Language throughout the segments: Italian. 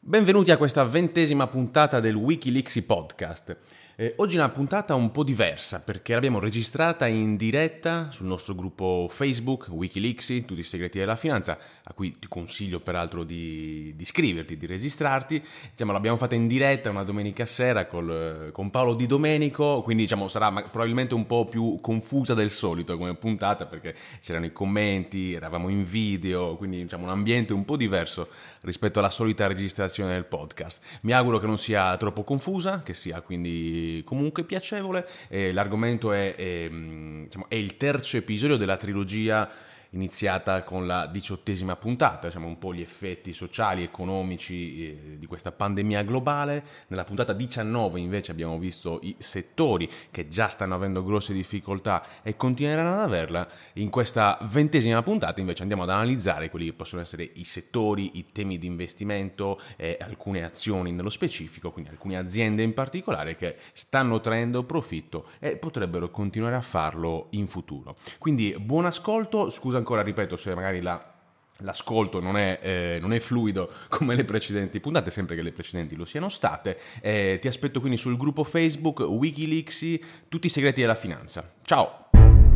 Benvenuti a questa 20ª puntata del Wikileaks Podcast. Oggi è una puntata un po' diversa perché l'abbiamo registrata in diretta sul nostro gruppo Facebook Wikileaks, tutti i segreti della finanza, a cui ti consiglio peraltro di iscriverti, di registrarti. L'abbiamo fatta in diretta una domenica sera con Paolo Di Domenico, quindi sarà probabilmente un po' più confusa del solito come puntata perché c'erano i commenti, eravamo in video, quindi un ambiente un po' diverso rispetto alla solita registrazione del podcast. Mi auguro che non sia troppo confusa, che sia quindi comunque piacevole. L'argomento è il terzo episodio della trilogia iniziata con la 18ª puntata, un po' gli effetti sociali e economici di questa pandemia globale. Nella puntata 19 invece abbiamo visto i settori che già stanno avendo grosse difficoltà e continueranno ad averla. In questa 20ª puntata invece andiamo ad analizzare quelli che possono essere i settori, i temi di investimento e alcune azioni nello specifico, quindi alcune aziende in particolare che stanno traendo profitto e potrebbero continuare a farlo in futuro. Quindi buon ascolto. Scusa ancora, ripeto, se magari l'ascolto non è fluido come le precedenti puntate, sempre che le precedenti lo siano state. Ti aspetto quindi sul gruppo Facebook Wikileaks, tutti i segreti della finanza. Ciao!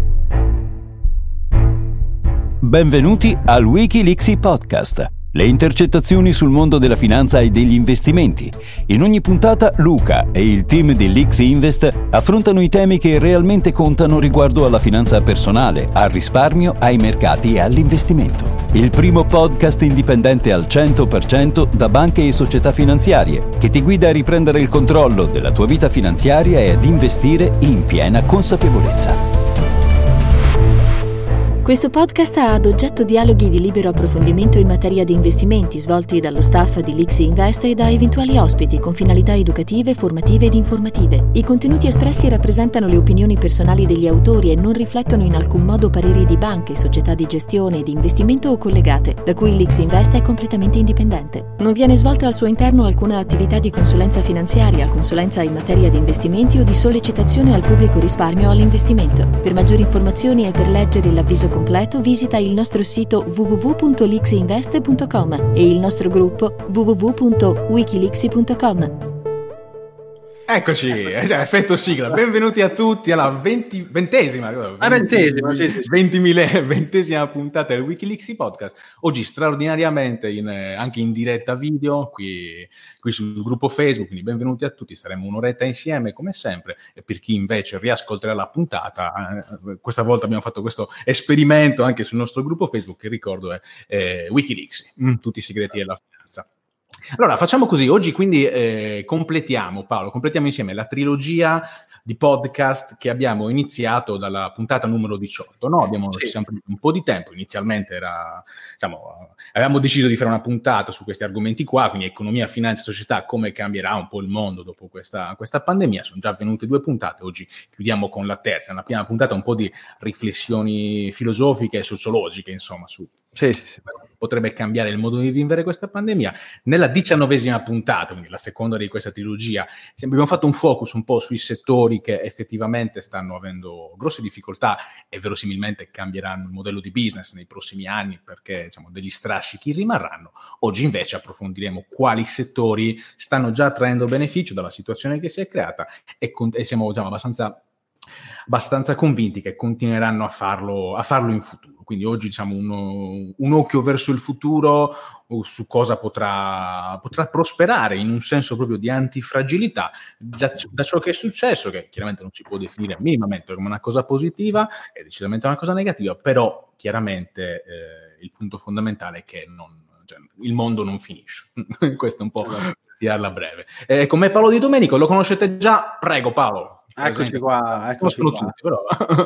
Benvenuti al Wikileaks Podcast, le intercettazioni sul mondo della finanza e degli investimenti. In ogni puntata Luca e il team di Leaks Invest affrontano i temi che realmente contano riguardo alla finanza personale, al risparmio, ai mercati e all'investimento. Il primo podcast indipendente al 100% da banche e società finanziarie, che ti guida a riprendere il controllo della tua vita finanziaria e ad investire in piena consapevolezza. Questo podcast ha ad oggetto dialoghi di libero approfondimento in materia di investimenti svolti dallo staff di Leaks Invest e da eventuali ospiti con finalità educative, formative ed informative. I contenuti espressi rappresentano le opinioni personali degli autori e non riflettono in alcun modo pareri di banche, società di gestione, di investimento o collegate, da cui Leaks Invest è completamente indipendente. Non viene svolta al suo interno alcuna attività di consulenza finanziaria, consulenza in materia di investimenti o di sollecitazione al pubblico risparmio all'investimento. Per maggiori informazioni e per leggere l'avviso completo visita il nostro sito www.leaksinvest.com e il nostro gruppo www.wikileaks.com. Eccoci, effetto sigla. Benvenuti a tutti alla 20ª puntata del Wikileaks Podcast. Oggi straordinariamente anche in diretta video qui sul gruppo Facebook, quindi benvenuti a tutti. Staremo un'oretta insieme come sempre, e per chi invece riascolterà la puntata, questa volta abbiamo fatto questo esperimento anche sul nostro gruppo Facebook, che ricordo è Wikileaks, tutti i segreti della finanza. Allora, facciamo così, oggi quindi completiamo insieme la trilogia di podcast che abbiamo iniziato dalla puntata numero 18, no? Ci siamo presi un po' di tempo, inizialmente avevamo deciso di fare una puntata su questi argomenti qua, quindi economia, finanza e società, come cambierà un po' il mondo dopo questa pandemia. Sono già avvenute 2 puntate, oggi chiudiamo con la terza, una prima puntata un po' di riflessioni filosofiche e sociologiche, insomma, su potrebbe cambiare il modo di vivere questa pandemia. Nella 19ª puntata, quindi la seconda di questa trilogia, abbiamo fatto un focus un po' sui settori che effettivamente stanno avendo grosse difficoltà e verosimilmente cambieranno il modello di business nei prossimi anni, perché degli strascichi rimarranno. Oggi invece approfondiremo quali settori stanno già traendo beneficio dalla situazione che si è creata e siamo abbastanza convinti che continueranno a farlo in futuro. Quindi oggi un occhio verso il futuro, su cosa potrà prosperare in un senso proprio di antifragilità da ciò che è successo, che chiaramente non si può definire minimamente come una cosa positiva, è decisamente una cosa negativa, però chiaramente il punto fondamentale è che il mondo non finisce. Questo è un po' tirarla breve. Con me Paolo Di Domenico, lo conoscete già? Prego Paolo. Eccoci qua. Tutti, però.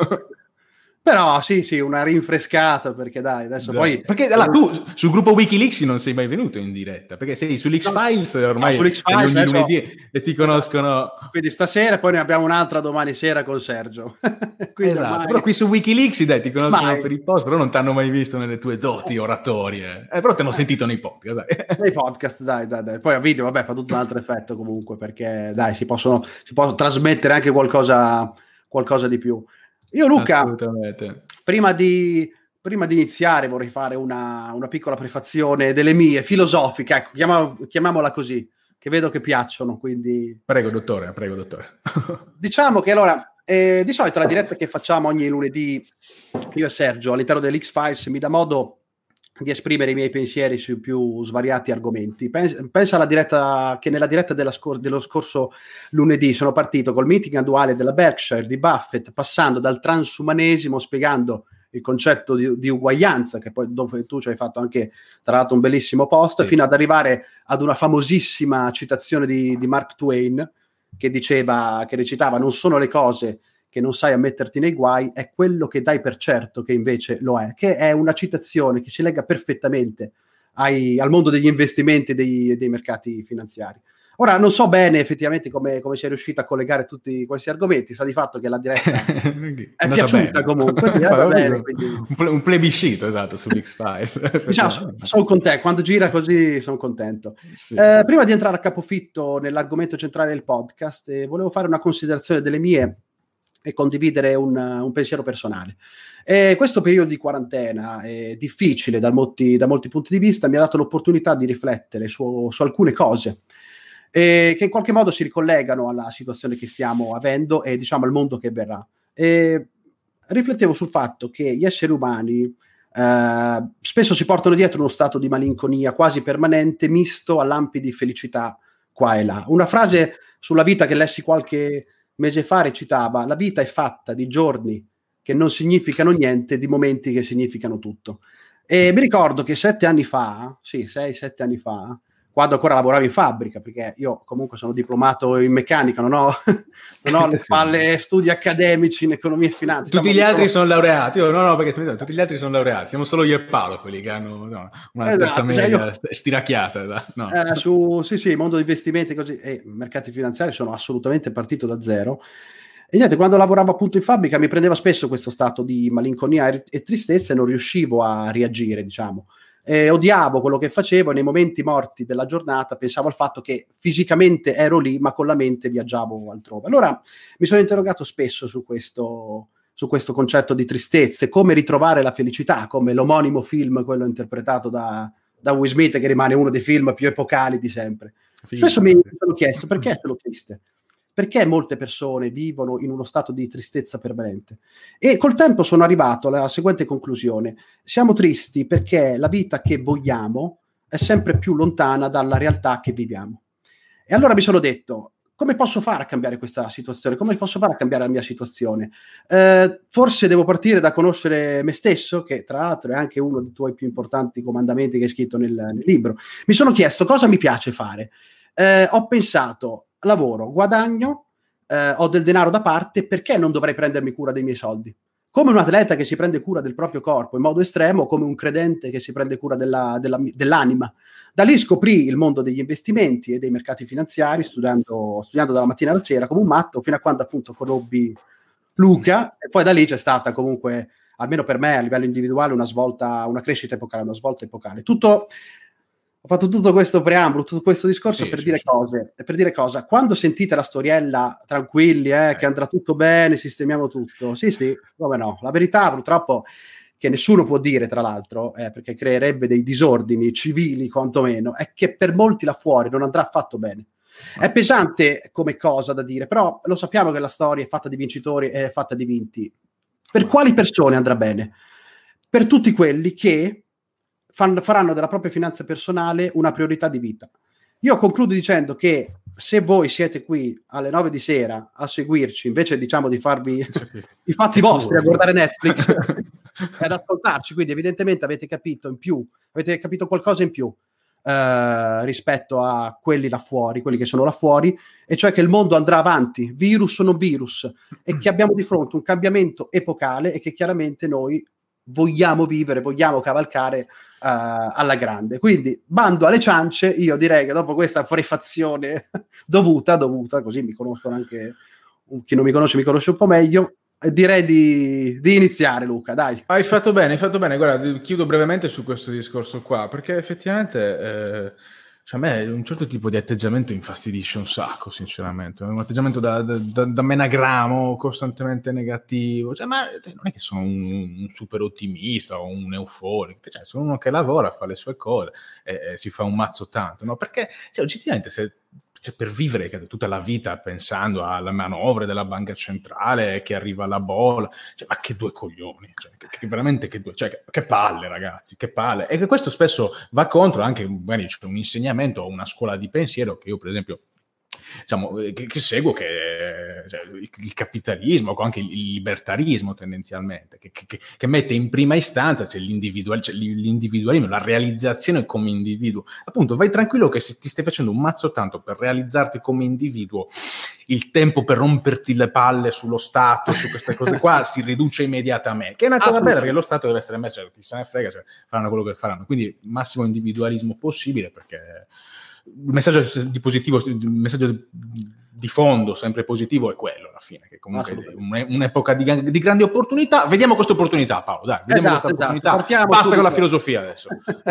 Però sì, una rinfrescata, perché dai, adesso poi... Perché tu sul gruppo Wikileaks non sei mai venuto in diretta, perché sei sull'X-Files ormai sei ogni lunedì e ti conoscono... Quindi stasera, poi ne abbiamo un'altra domani sera con Sergio. Esatto, ormai... però qui su Wikileaks ti conoscono per il post, però non ti hanno mai visto nelle tue doti oratorie. Però ti hanno sentito nei podcast, dai. Nei podcast, dai. Poi a video, fa tutto un altro effetto comunque, perché dai, si possono trasmettere anche qualcosa di più. Io Luca, prima di prima di iniziare vorrei fare una piccola prefazione delle mie, filosofiche, ecco, chiamiamola così, che vedo che piacciono, quindi... Prego, dottore. Diciamo che allora, di solito la diretta che facciamo ogni lunedì, io e Sergio, all'interno dell'X-Files, mi dà modo di esprimere i miei pensieri su più svariati argomenti. Pensa alla diretta, che nella diretta dello scorso lunedì sono partito col meeting annuale della Berkshire, di Buffett, passando dal transumanesimo, spiegando il concetto di uguaglianza, che poi dove tu ci hai fatto anche, tra l'altro, un bellissimo post, sì, fino ad arrivare ad una famosissima citazione di Mark Twain, che recitava: non sono le cose che non sai ammetterti nei guai, è quello che dai per certo che invece lo è, che è una citazione che si lega perfettamente al mondo degli investimenti e dei mercati finanziari. Ora, non so bene effettivamente come sia riuscito a collegare tutti questi argomenti, sta di fatto che la diretta è piaciuta bene. Comunque. Bene, un plebiscito, esatto, sull'X-Files. Diciamo, sono contento, quando gira così sono contento. Sì. Prima di entrare a capofitto nell'argomento centrale del podcast, volevo fare una considerazione delle mie e condividere un pensiero personale. Questo periodo di quarantena difficile da molti punti di vista mi ha dato l'opportunità di riflettere su alcune cose che in qualche modo si ricollegano alla situazione che stiamo avendo e diciamo al mondo che verrà. Riflettevo sul fatto che gli esseri umani spesso si portano dietro uno stato di malinconia quasi permanente, misto a lampi di felicità qua e là. Una frase sulla vita che lessi qualche mese fa recitava: la vita è fatta di giorni che non significano niente, di momenti che significano tutto. E mi ricordo che 7 anni fa, 6-7 anni fa, quando ancora lavoravo in fabbrica, perché io comunque sono diplomato in meccanica, non ho le spalle studi accademici in economia e finanza. Tutti gli altri sono laureati, perché tutti gli altri sono laureati, siamo solo io e Paolo quelli che hanno una terza media stiracchiata. Sì, il mondo degli investimenti così, e mercati finanziari sono assolutamente partito da zero. E niente, quando lavoravo appunto in fabbrica mi prendeva spesso questo stato di malinconia e tristezza e non riuscivo a reagire, diciamo. Odiavo quello che facevo e nei momenti morti della giornata pensavo al fatto che fisicamente ero lì ma con la mente viaggiavo altrove. Allora mi sono interrogato spesso su questo concetto di tristezze, come ritrovare la felicità, come l'omonimo film, quello interpretato da Will Smith, che rimane uno dei film più epocali di sempre. Spesso mi sono chiesto: perché sono triste? Perché molte persone vivono in uno stato di tristezza permanente? E col tempo sono arrivato alla seguente conclusione: siamo tristi perché la vita che vogliamo è sempre più lontana dalla realtà che viviamo. E allora mi sono detto: come posso fare a cambiare questa situazione? Come posso fare a cambiare la mia situazione? Forse devo partire da conoscere me stesso, che tra l'altro è anche uno dei tuoi più importanti comandamenti che hai scritto nel libro. Mi sono chiesto cosa mi piace fare. Ho pensato: lavoro, guadagno, ho del denaro da parte, perché non dovrei prendermi cura dei miei soldi? Come un atleta che si prende cura del proprio corpo in modo estremo, come un credente che si prende cura dell'anima. Da lì scoprì il mondo degli investimenti e dei mercati finanziari, studiando dalla mattina alla sera come un matto, fino a quando appunto conobbi Luca, e poi da lì c'è stata comunque, almeno per me a livello individuale, una crescita epocale, una svolta epocale. Ho fatto tutto questo preambolo, tutto questo discorso per dire cosa. Quando sentite la storiella, tranquilli, che andrà tutto bene, sistemiamo tutto. Sì, come no. La verità, purtroppo, che nessuno può dire, tra l'altro, perché creerebbe dei disordini civili, quantomeno, è che per molti là fuori non andrà affatto bene. È pesante come cosa da dire, però lo sappiamo che la storia è fatta di vincitori e è fatta di vinti. Per quali persone andrà bene? Per tutti quelli che faranno della propria finanza personale una priorità di vita. Io concludo dicendo che se voi siete qui alle 9 di sera a seguirci, invece diciamo di farvi i fatti vostri, a guardare Netflix e ad ascoltarci, quindi evidentemente avete capito qualcosa in più rispetto a quelli là fuori, quelli che sono là fuori, e cioè che il mondo andrà avanti, virus o non virus, e che abbiamo di fronte un cambiamento epocale e che chiaramente noi vogliamo vivere, vogliamo cavalcare alla grande. Quindi bando alle ciance. Io direi che dopo questa prefazione dovuta, così mi conoscono anche chi non mi conosce un po' meglio, direi di iniziare. Luca, dai. Hai fatto bene. Guarda, chiudo brevemente su questo discorso qua, perché effettivamente Cioè, a me un certo tipo di atteggiamento infastidisce un sacco, sinceramente. Un atteggiamento da menagramo, costantemente negativo. Cioè, ma non è che sono un super ottimista o un euforico. Cioè, sono uno che lavora, fa le sue cose e si fa un mazzo tanto, no? Perché, cioè, oggettivamente, per vivere tutta la vita pensando alle manovre della banca centrale, che arriva la bolla, cioè, ma che due coglioni, cioè, veramente che palle, ragazzi, che palle. E che questo spesso va contro anche magari c'è un insegnamento o una scuola di pensiero che io, per esempio, diciamo, che seguo, cioè, il capitalismo, o anche il libertarismo tendenzialmente, che mette in prima istanza l'individualismo, la realizzazione come individuo. Appunto, vai tranquillo che se ti stai facendo un mazzo tanto per realizzarti come individuo, il tempo per romperti le palle sullo Stato, su queste cose qua, si riduce immediatamente. Che è una cosa bella, perché lo Stato deve essere messo, chi se ne frega, cioè, faranno quello che faranno. Quindi massimo individualismo possibile, perché il messaggio di positivo, il messaggio di fondo sempre positivo è quello alla fine, che comunque è un'epoca di grandi opportunità. Vediamo questa opportunità, Paolo, dai, vediamo questa opportunità. Basta subito con la filosofia adesso.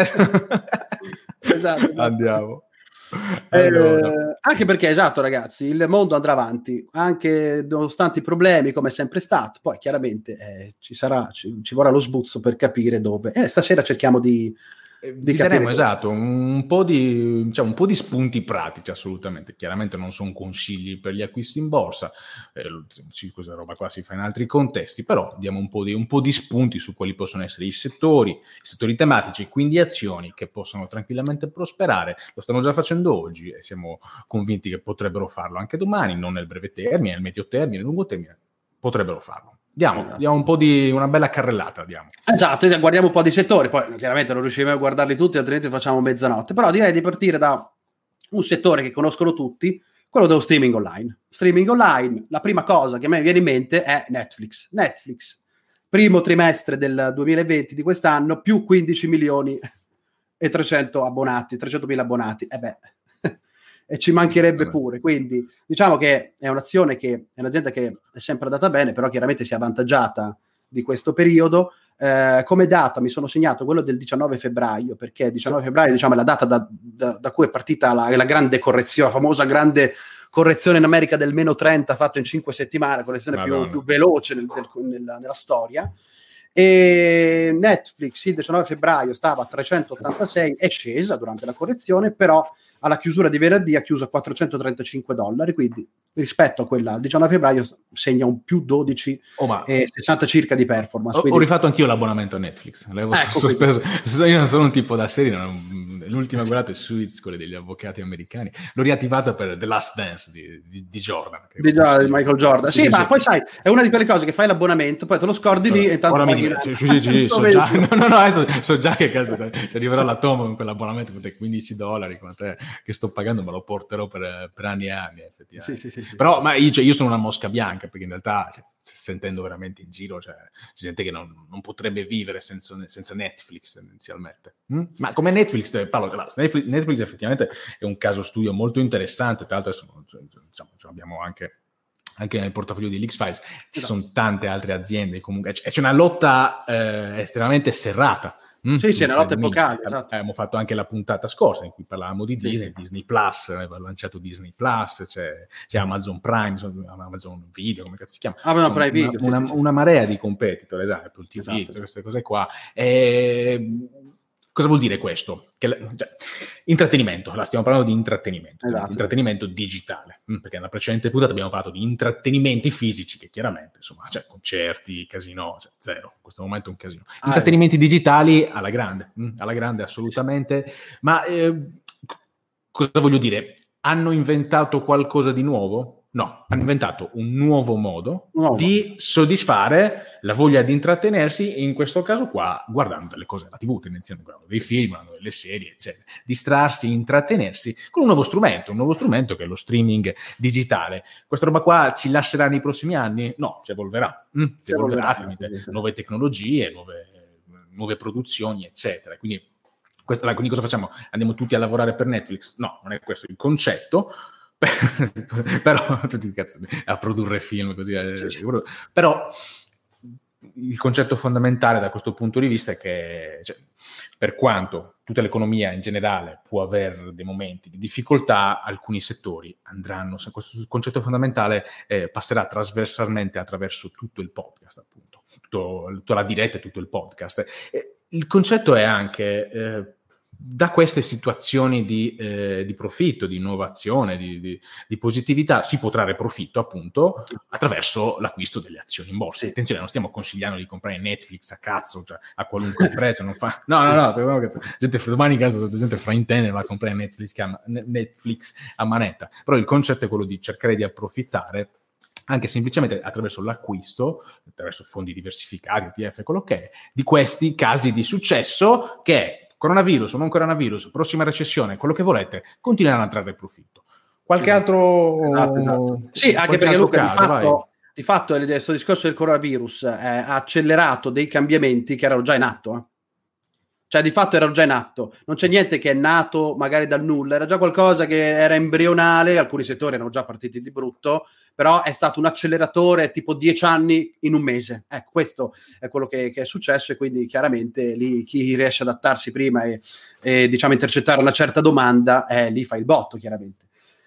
Andiamo. Allora. Anche perché, esatto, ragazzi, il mondo andrà avanti anche nonostante i problemi, come è sempre stato. Poi chiaramente ci vorrà lo sbuzzo per capire dove. Stasera cerchiamo di vedremo, esatto, un po' di spunti pratici, assolutamente. Chiaramente non sono consigli per gli acquisti in borsa, questa roba qua si fa in altri contesti, però diamo un po' di spunti su quali possono essere i settori tematici, quindi azioni che possono tranquillamente prosperare. Lo stanno già facendo oggi e siamo convinti che potrebbero farlo anche domani, non nel breve termine, nel medio termine, nel lungo termine, potrebbero farlo. Diamo un po' una bella carrellata, diamo. Esatto, guardiamo un po' di settori, poi chiaramente non riusciremo a guardarli tutti, altrimenti facciamo mezzanotte, però direi di partire da un settore che conoscono tutti, quello dello streaming online. Streaming online, la prima cosa che a me viene in mente è Netflix. Primo trimestre del 2020 di quest'anno, più 15 milioni e 300.000 abbonati. E ci mancherebbe pure, quindi diciamo che è un'azienda che è sempre andata bene, però chiaramente si è avvantaggiata di questo periodo. Come data mi sono segnato quello del 19 febbraio, perché 19 febbraio, diciamo, è la data da cui è partita la grande correzione, la famosa grande correzione in America del meno 30 fatto in 5 settimane, la correzione più veloce nella storia. E Netflix il 19 febbraio stava a 386, è scesa durante la correzione, però alla chiusura di venerdì ha chiuso a $435, quindi rispetto a quella del 19 febbraio segna un più 12 e 60 circa di performance. Ho rifatto anch'io l'abbonamento a Netflix, l'avevo sospeso. Io non sono un tipo da serie, l'ultima guardata è Suits, quelle degli avvocati americani, l'ho riattivata per The Last Dance di Jordan, di Michael Jordan. Sì, ma poi sai, è una di quelle cose che fai l'abbonamento, poi te lo scordi lì e tanto so già che cazzo ci arriverà la tomba con quell'abbonamento con te $15 con te che sto pagando, me lo porterò per anni e anni, effettivamente. Sì. Però ma io sono una mosca bianca, perché in realtà sentendo veramente in giro si sente che non potrebbe vivere senza Netflix tendenzialmente. Ma come Netflix, Paolo, Netflix effettivamente è un caso studio molto interessante, tra l'altro ce l'abbiamo anche nel portafoglio di L'X-Files, ci sono tante altre aziende, comunque c'è una lotta estremamente serrata. Sì, una lotta epocale. Esatto. Abbiamo fatto anche la puntata scorsa in cui parlavamo di Disney Plus, aveva lanciato Disney Plus, c'è Amazon Prime, Amazon Video, come cazzo si chiama? Amazon Prime Video. Una marea di competitor, esatto, Apple TV, tutte queste cose qua. Cosa vuol dire questo? Intrattenimento, stiamo parlando di intrattenimento, intrattenimento digitale, perché nella precedente puntata abbiamo parlato di intrattenimenti fisici, che chiaramente, insomma, concerti, casino, zero, in questo momento è un casino. Intrattenimenti digitali alla grande assolutamente, ma cosa voglio dire? Hanno inventato qualcosa di nuovo? No, hanno inventato un nuovo modo di soddisfare la voglia di intrattenersi, in questo caso qua guardando delle cose alla TV, tendenzialmente guardando dei film, guardando delle serie, eccetera. Distrarsi, intrattenersi con un nuovo strumento che è lo streaming digitale. Questa roba qua ci lascerà nei prossimi anni? No, si evolverà. Si evolverà tramite nuove tecnologie, nuove produzioni, eccetera. Quindi cosa facciamo? Andiamo tutti a lavorare per Netflix? No, non è questo il concetto. Però tutti cazzo a produrre film così, però il concetto fondamentale da questo punto di vista è che, cioè, per quanto tutta l'economia in generale può avere dei momenti di difficoltà, alcuni settori andranno, questo concetto fondamentale passerà trasversalmente attraverso tutto il podcast, appunto, tutta la diretta e tutto il podcast. Il concetto è anche da queste situazioni di profitto, di innovazione, di positività, si può trarre profitto appunto attraverso l'acquisto delle azioni in borsa. Attenzione, non stiamo consigliando di comprare Netflix a cazzo, cioè a qualunque prezzo, non fa... No, domani gente fraintende, va a comprare Netflix a manetta, però il concetto è quello di cercare di approfittare anche semplicemente attraverso l'acquisto, attraverso fondi diversificati, ETF, quello che è, di questi casi di successo che coronavirus o non coronavirus, prossima recessione, quello che volete, continueranno a trarre profitto. Qualche altro... Esatto. Sì, anche perché Luca, di fatto questo discorso del coronavirus ha accelerato dei cambiamenti che erano già in atto. Cioè, di fatto erano già in atto. Non c'è niente che è nato magari dal nulla, era già qualcosa che era embrionale, alcuni settori erano già partiti di brutto, però è stato un acceleratore tipo 10 anni in un mese. Ecco, questo è quello che è successo, e quindi chiaramente lì chi riesce ad adattarsi prima e diciamo intercettare una certa domanda, lì fa il botto, chiaramente.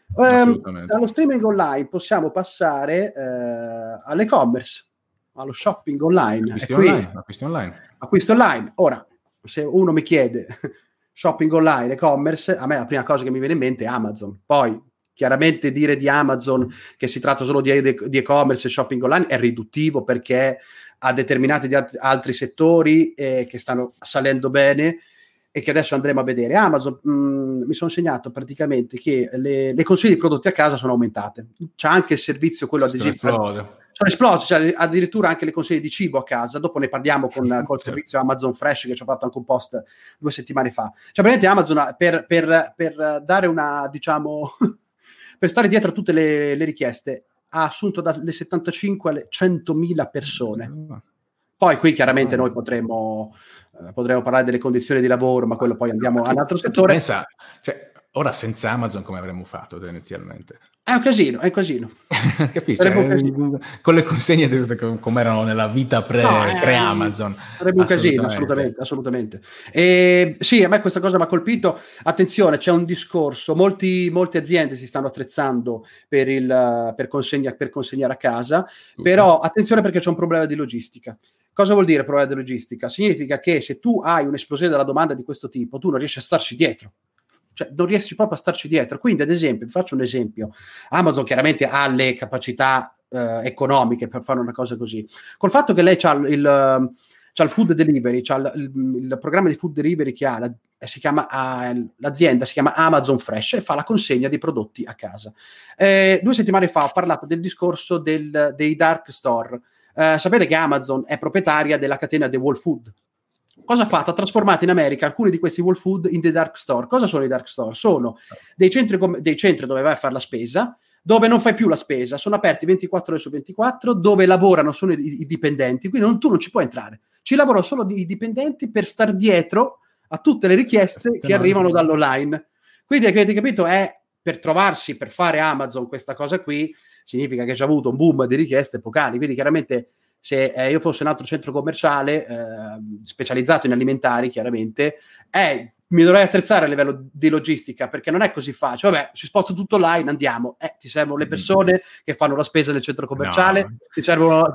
Dallo streaming online possiamo passare all'e-commerce, allo shopping online. Acquisti online. Ora, se uno mi chiede shopping online, e-commerce, a me la prima cosa che mi viene in mente è Amazon. Poi chiaramente dire di Amazon che si tratta solo di e-commerce e shopping online è riduttivo, perché ha determinati altri settori che stanno salendo bene e che adesso andremo a vedere. Amazon, mi sono segnato praticamente che le consegne di prodotti a casa sono aumentate. C'è anche il servizio, quello ad esempio... Sono esplose, cioè addirittura anche le consegne di cibo a casa. Dopo ne parliamo col servizio Amazon Fresh, che ci ho fatto anche un post 2 settimane fa. Cioè praticamente Amazon per dare una, diciamo, per stare dietro a tutte le richieste, ha assunto dalle 75 alle 100.000 persone. Poi qui chiaramente noi potremmo parlare delle condizioni di lavoro, ma quello poi andiamo a un altro settore. Pensa, cioè, ora senza Amazon come avremmo fatto inizialmente? È un casino. Capisci? Con le consegne come erano nella vita pre-Amazon. Sarebbe un casino, assolutamente. Sì, a me questa cosa mi ha colpito. Attenzione, c'è un discorso. Molte aziende si stanno attrezzando per consegnare a casa, però attenzione, perché c'è un problema di logistica. Cosa vuol dire problema di logistica? Significa che se tu hai un'esplosione della domanda di questo tipo, tu non riesci a starci dietro. Cioè, non riesci proprio a starci dietro. Quindi, ad esempio, vi faccio un esempio. Amazon chiaramente ha le capacità economiche per fare una cosa così. Col fatto che lei c'ha il food delivery, c'ha il programma di food delivery che ha, l'azienda si chiama Amazon Fresh, e fa la consegna di prodotti a casa. 2 settimane fa ho parlato del discorso dei dark store. Sapete che Amazon è proprietaria della catena The Whole Food. Cosa ha fatto? Ha trasformato in America alcuni di questi Whole Food in dei dark store. Cosa sono i dark store? Sono dei centri dove vai a fare la spesa, dove non fai più la spesa, sono aperti 24 ore su 24, dove lavorano solo i dipendenti, quindi tu non ci puoi entrare. Ci lavorano solo i dipendenti per star dietro a tutte le richieste che arrivano dall'online. Quindi avete capito, è per trovarsi, per fare Amazon questa cosa qui, significa che c'è avuto un boom di richieste epocali. Quindi chiaramente, se io fossi un altro centro commerciale specializzato in alimentari, chiaramente mi dovrei attrezzare a livello di logistica, perché non è così facile. Vabbè, si sposta tutto online, andiamo. Ti servono le persone che fanno la spesa nel centro commerciale, ti servono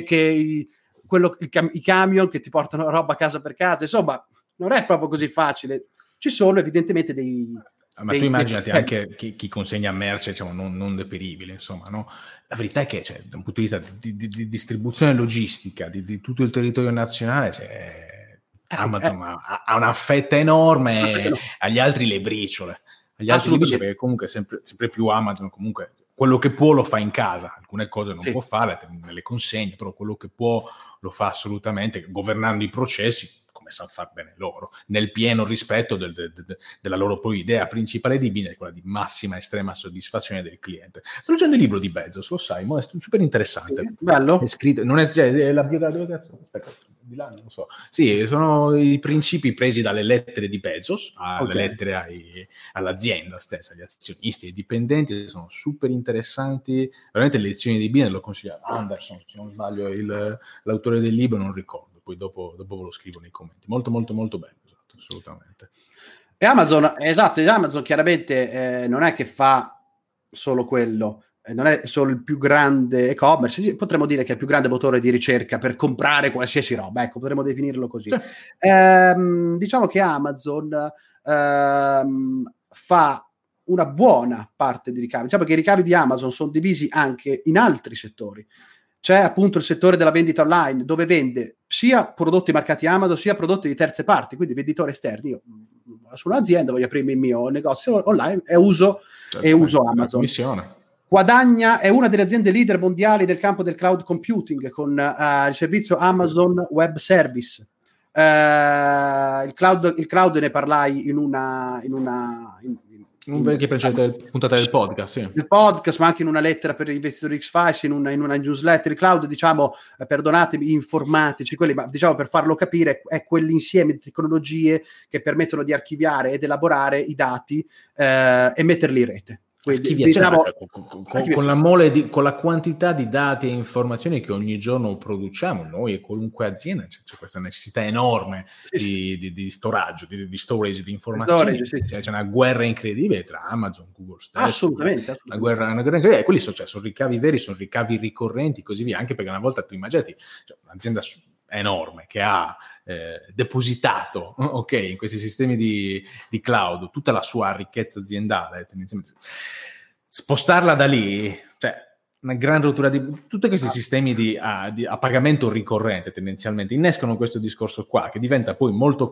i camion che ti portano roba casa per casa. Insomma, non è proprio così facile. Ci sono evidentemente ma tu immaginati anche chi consegna merce, diciamo, non deperibile, insomma, no? La verità è che, cioè, da un punto di vista di distribuzione logistica di tutto il territorio nazionale, Amazon ha una fetta enorme, agli altri le briciole. Agli altri perché comunque sempre più Amazon, comunque quello che può lo fa in casa, alcune cose non può fare nelle consegne, però quello che può lo fa assolutamente, governando i processi come sa far bene loro, nel pieno rispetto della loro poi idea principale di business, quella di massima estrema soddisfazione del cliente. Sto leggendo il libro di Bezos, lo sai, è super interessante. Bello. È scritto, non è la biografia, di là, non lo so. Sì, sono i principi presi dalle lettere di Bezos, alle lettere all'azienda stessa, agli azionisti, ai dipendenti, sono super interessanti. Veramente le lezioni di business lo consiglia Anderson, se non sbaglio, l'autore del libro, non ricordo, poi dopo ve lo scrivo nei commenti. Molto, molto, molto bello, esatto, assolutamente. E Amazon chiaramente non è che fa solo quello. Non è solo il più grande e-commerce, potremmo dire che è il più grande motore di ricerca per comprare qualsiasi roba, ecco, potremmo definirlo così. Sì. Diciamo che Amazon fa una buona parte di ricavi. Diciamo che i ricavi di Amazon sono divisi anche in altri settori. C'è appunto il settore della vendita online, dove vende sia prodotti marcati Amazon, sia prodotti di terze parti, quindi venditori esterni. Io sono un'azienda, voglio aprire il mio negozio online e uso Amazon. Missione. Guadagna, è una delle aziende leader mondiali nel campo del cloud computing con il servizio Amazon Web Service. Il cloud ne parlai in una vecchia precedente puntata del podcast, sì. Del podcast, ma anche in una lettera per gli investitori X-Files, in una newsletter. Il cloud, diciamo, perdonatemi, informatici, quelli, ma diciamo per farlo capire, è quell'insieme di tecnologie che permettono di archiviare ed elaborare i dati e metterli in rete. Quindi, diciamo, con la mole con la quantità di dati e informazioni che ogni giorno produciamo noi e qualunque azienda, c'è questa necessità enorme di storage, di storage di informazioni. C'è una guerra incredibile tra Amazon, Google stesso. Assolutamente. Una guerra incredibile. Quelli sono ricavi veri, sono ricavi ricorrenti, così via. Anche perché una volta tu immaginati, un'azienda enorme che ha depositato in questi sistemi di cloud tutta la sua ricchezza aziendale, tendenzialmente spostarla da lì, una gran rottura di tutti questi sistemi a pagamento ricorrente, tendenzialmente innescano questo discorso qua, che diventa poi molto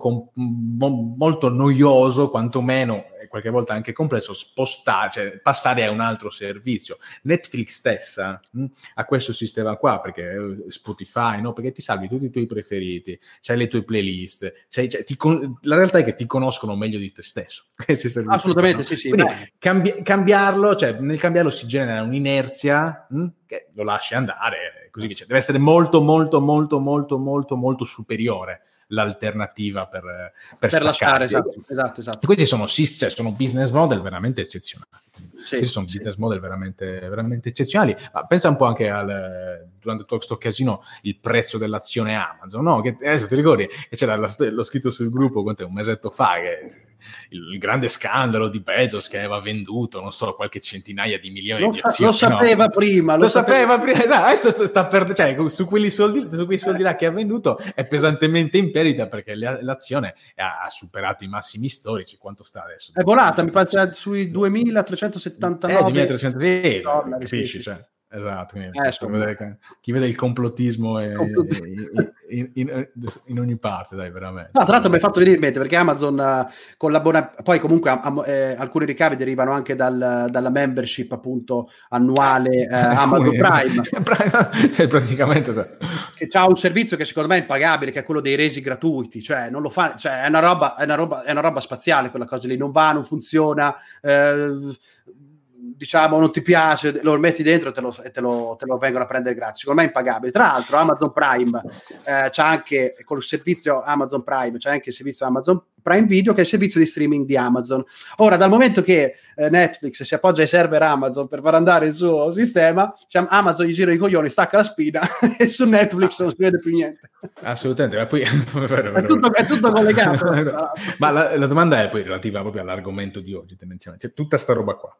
noioso, quantomeno e qualche volta anche complesso, passare a un altro servizio. Netflix stessa ha questo sistema qua, perché Spotify, no? Perché ti salvi tutti i tuoi preferiti, c'hai le tue playlist, la realtà è che ti conoscono meglio di te stesso. Assolutamente, no? Sì. Quindi cambiarlo, nel cambiarlo si genera un'inerzia che lo lasci andare, così che deve essere molto molto molto molto molto molto superiore l'alternativa per lasciare. Esatto. E questi sono business model veramente eccezionali. Questi sono business model veramente, veramente eccezionali. Ma pensa un po' anche durante tutto questo casino il prezzo dell'azione Amazon, no? Che adesso ti ricordi che c'era l'ho scritto sul gruppo un mesetto fa, che il grande scandalo di Bezos che aveva venduto, non so, qualche centinaia di milioni di azioni. Lo sapeva prima. Esatto, adesso sta perdendo, su quei soldi là che ha venduto è pesantemente in perdita, perché l'azione ha superato i massimi storici. Quanto sta adesso? È volata, mi pare sui 2.379 2.300, sì, capisci, esatto, chi vede il complottismo in ogni parte, dai, veramente. No, tra l'altro mi hai fatto venire in mente, perché Amazon collabora, poi comunque alcuni ricavi derivano anche dalla membership appunto annuale Amazon Prime, praticamente che ha un servizio che secondo me è impagabile, che è quello dei resi gratuiti, non lo fa, è una roba spaziale quella cosa lì, non non funziona, diciamo non ti piace, lo metti dentro e te lo vengono a prendere gratis. Secondo me è impagabile. Tra l'altro Amazon Prime c'è anche col servizio Amazon Prime, c'è anche il servizio Amazon Prime Video, che è il servizio di streaming di Amazon. Ora, dal momento che Netflix si appoggia ai server Amazon per far andare il suo sistema, Amazon gli gira i coglioni, stacca la spina e su Netflix non si vede più niente. Assolutamente, ma poi è tutto collegato. Ma la domanda è poi relativa proprio all'argomento di oggi, tendenzialmente. Tutta sta roba qua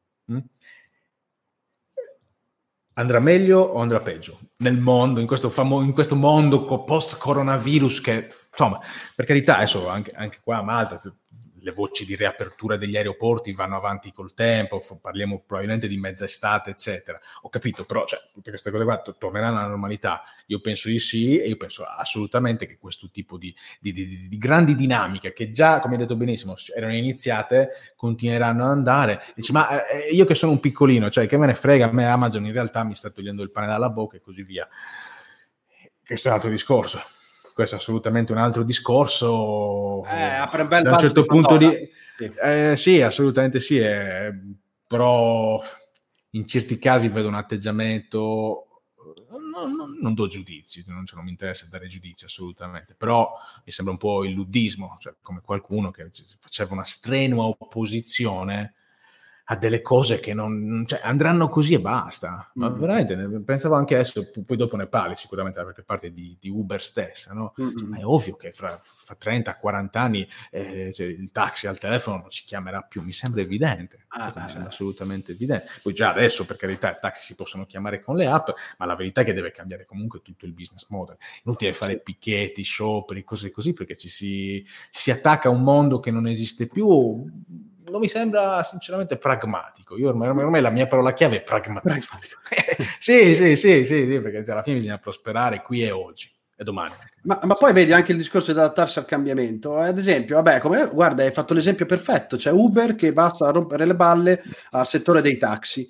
andrà meglio o andrà peggio nel mondo, in questo mondo post coronavirus, che insomma, per carità, adesso anche qua a Malta le voci di riapertura degli aeroporti vanno avanti col tempo, parliamo probabilmente di mezza estate, eccetera. Ho capito, però tutte queste cose qua torneranno alla normalità? Io penso di sì, e io penso assolutamente che questo tipo di grandi dinamiche, che già, come hai detto benissimo, erano iniziate, continueranno ad andare. Dici, ma io che sono un piccolino, che me ne frega, a me Amazon in realtà mi sta togliendo il pane dalla bocca e così via. Questo è un altro discorso. Questo è assolutamente un altro discorso, apre un bel da un certo punto sì, assolutamente sì, però in certi casi vedo un atteggiamento non do giudizi, non mi interessa dare giudizi assolutamente, però mi sembra un po' illudismo, cioè come qualcuno che faceva una strenua opposizione a delle cose che non, cioè, andranno così e basta. Ma veramente pensavo anche adesso, poi dopo ne parli sicuramente da qualche parte di Uber stessa, no? Ma è ovvio che fra 30-40 anni cioè, il taxi al telefono non ci chiamerà più, mi sembra evidente, mi sembra assolutamente evidente. Poi già adesso, per carità, i taxi si possono chiamare con le app, ma la verità è che deve cambiare comunque tutto il business model. Inutile fare picchetti, scioperi, cose così, perché ci si attacca a un mondo che non esiste più. Non mi sembra sinceramente pragmatico. Io ormai la mia parola chiave è pragmatismo. sì, perché alla fine bisogna prosperare qui e oggi e domani. Ma poi vedi anche il discorso di adattarsi al cambiamento. Ad esempio, guarda, hai fatto l'esempio perfetto. C'è Uber che va a rompere le balle al settore dei taxi.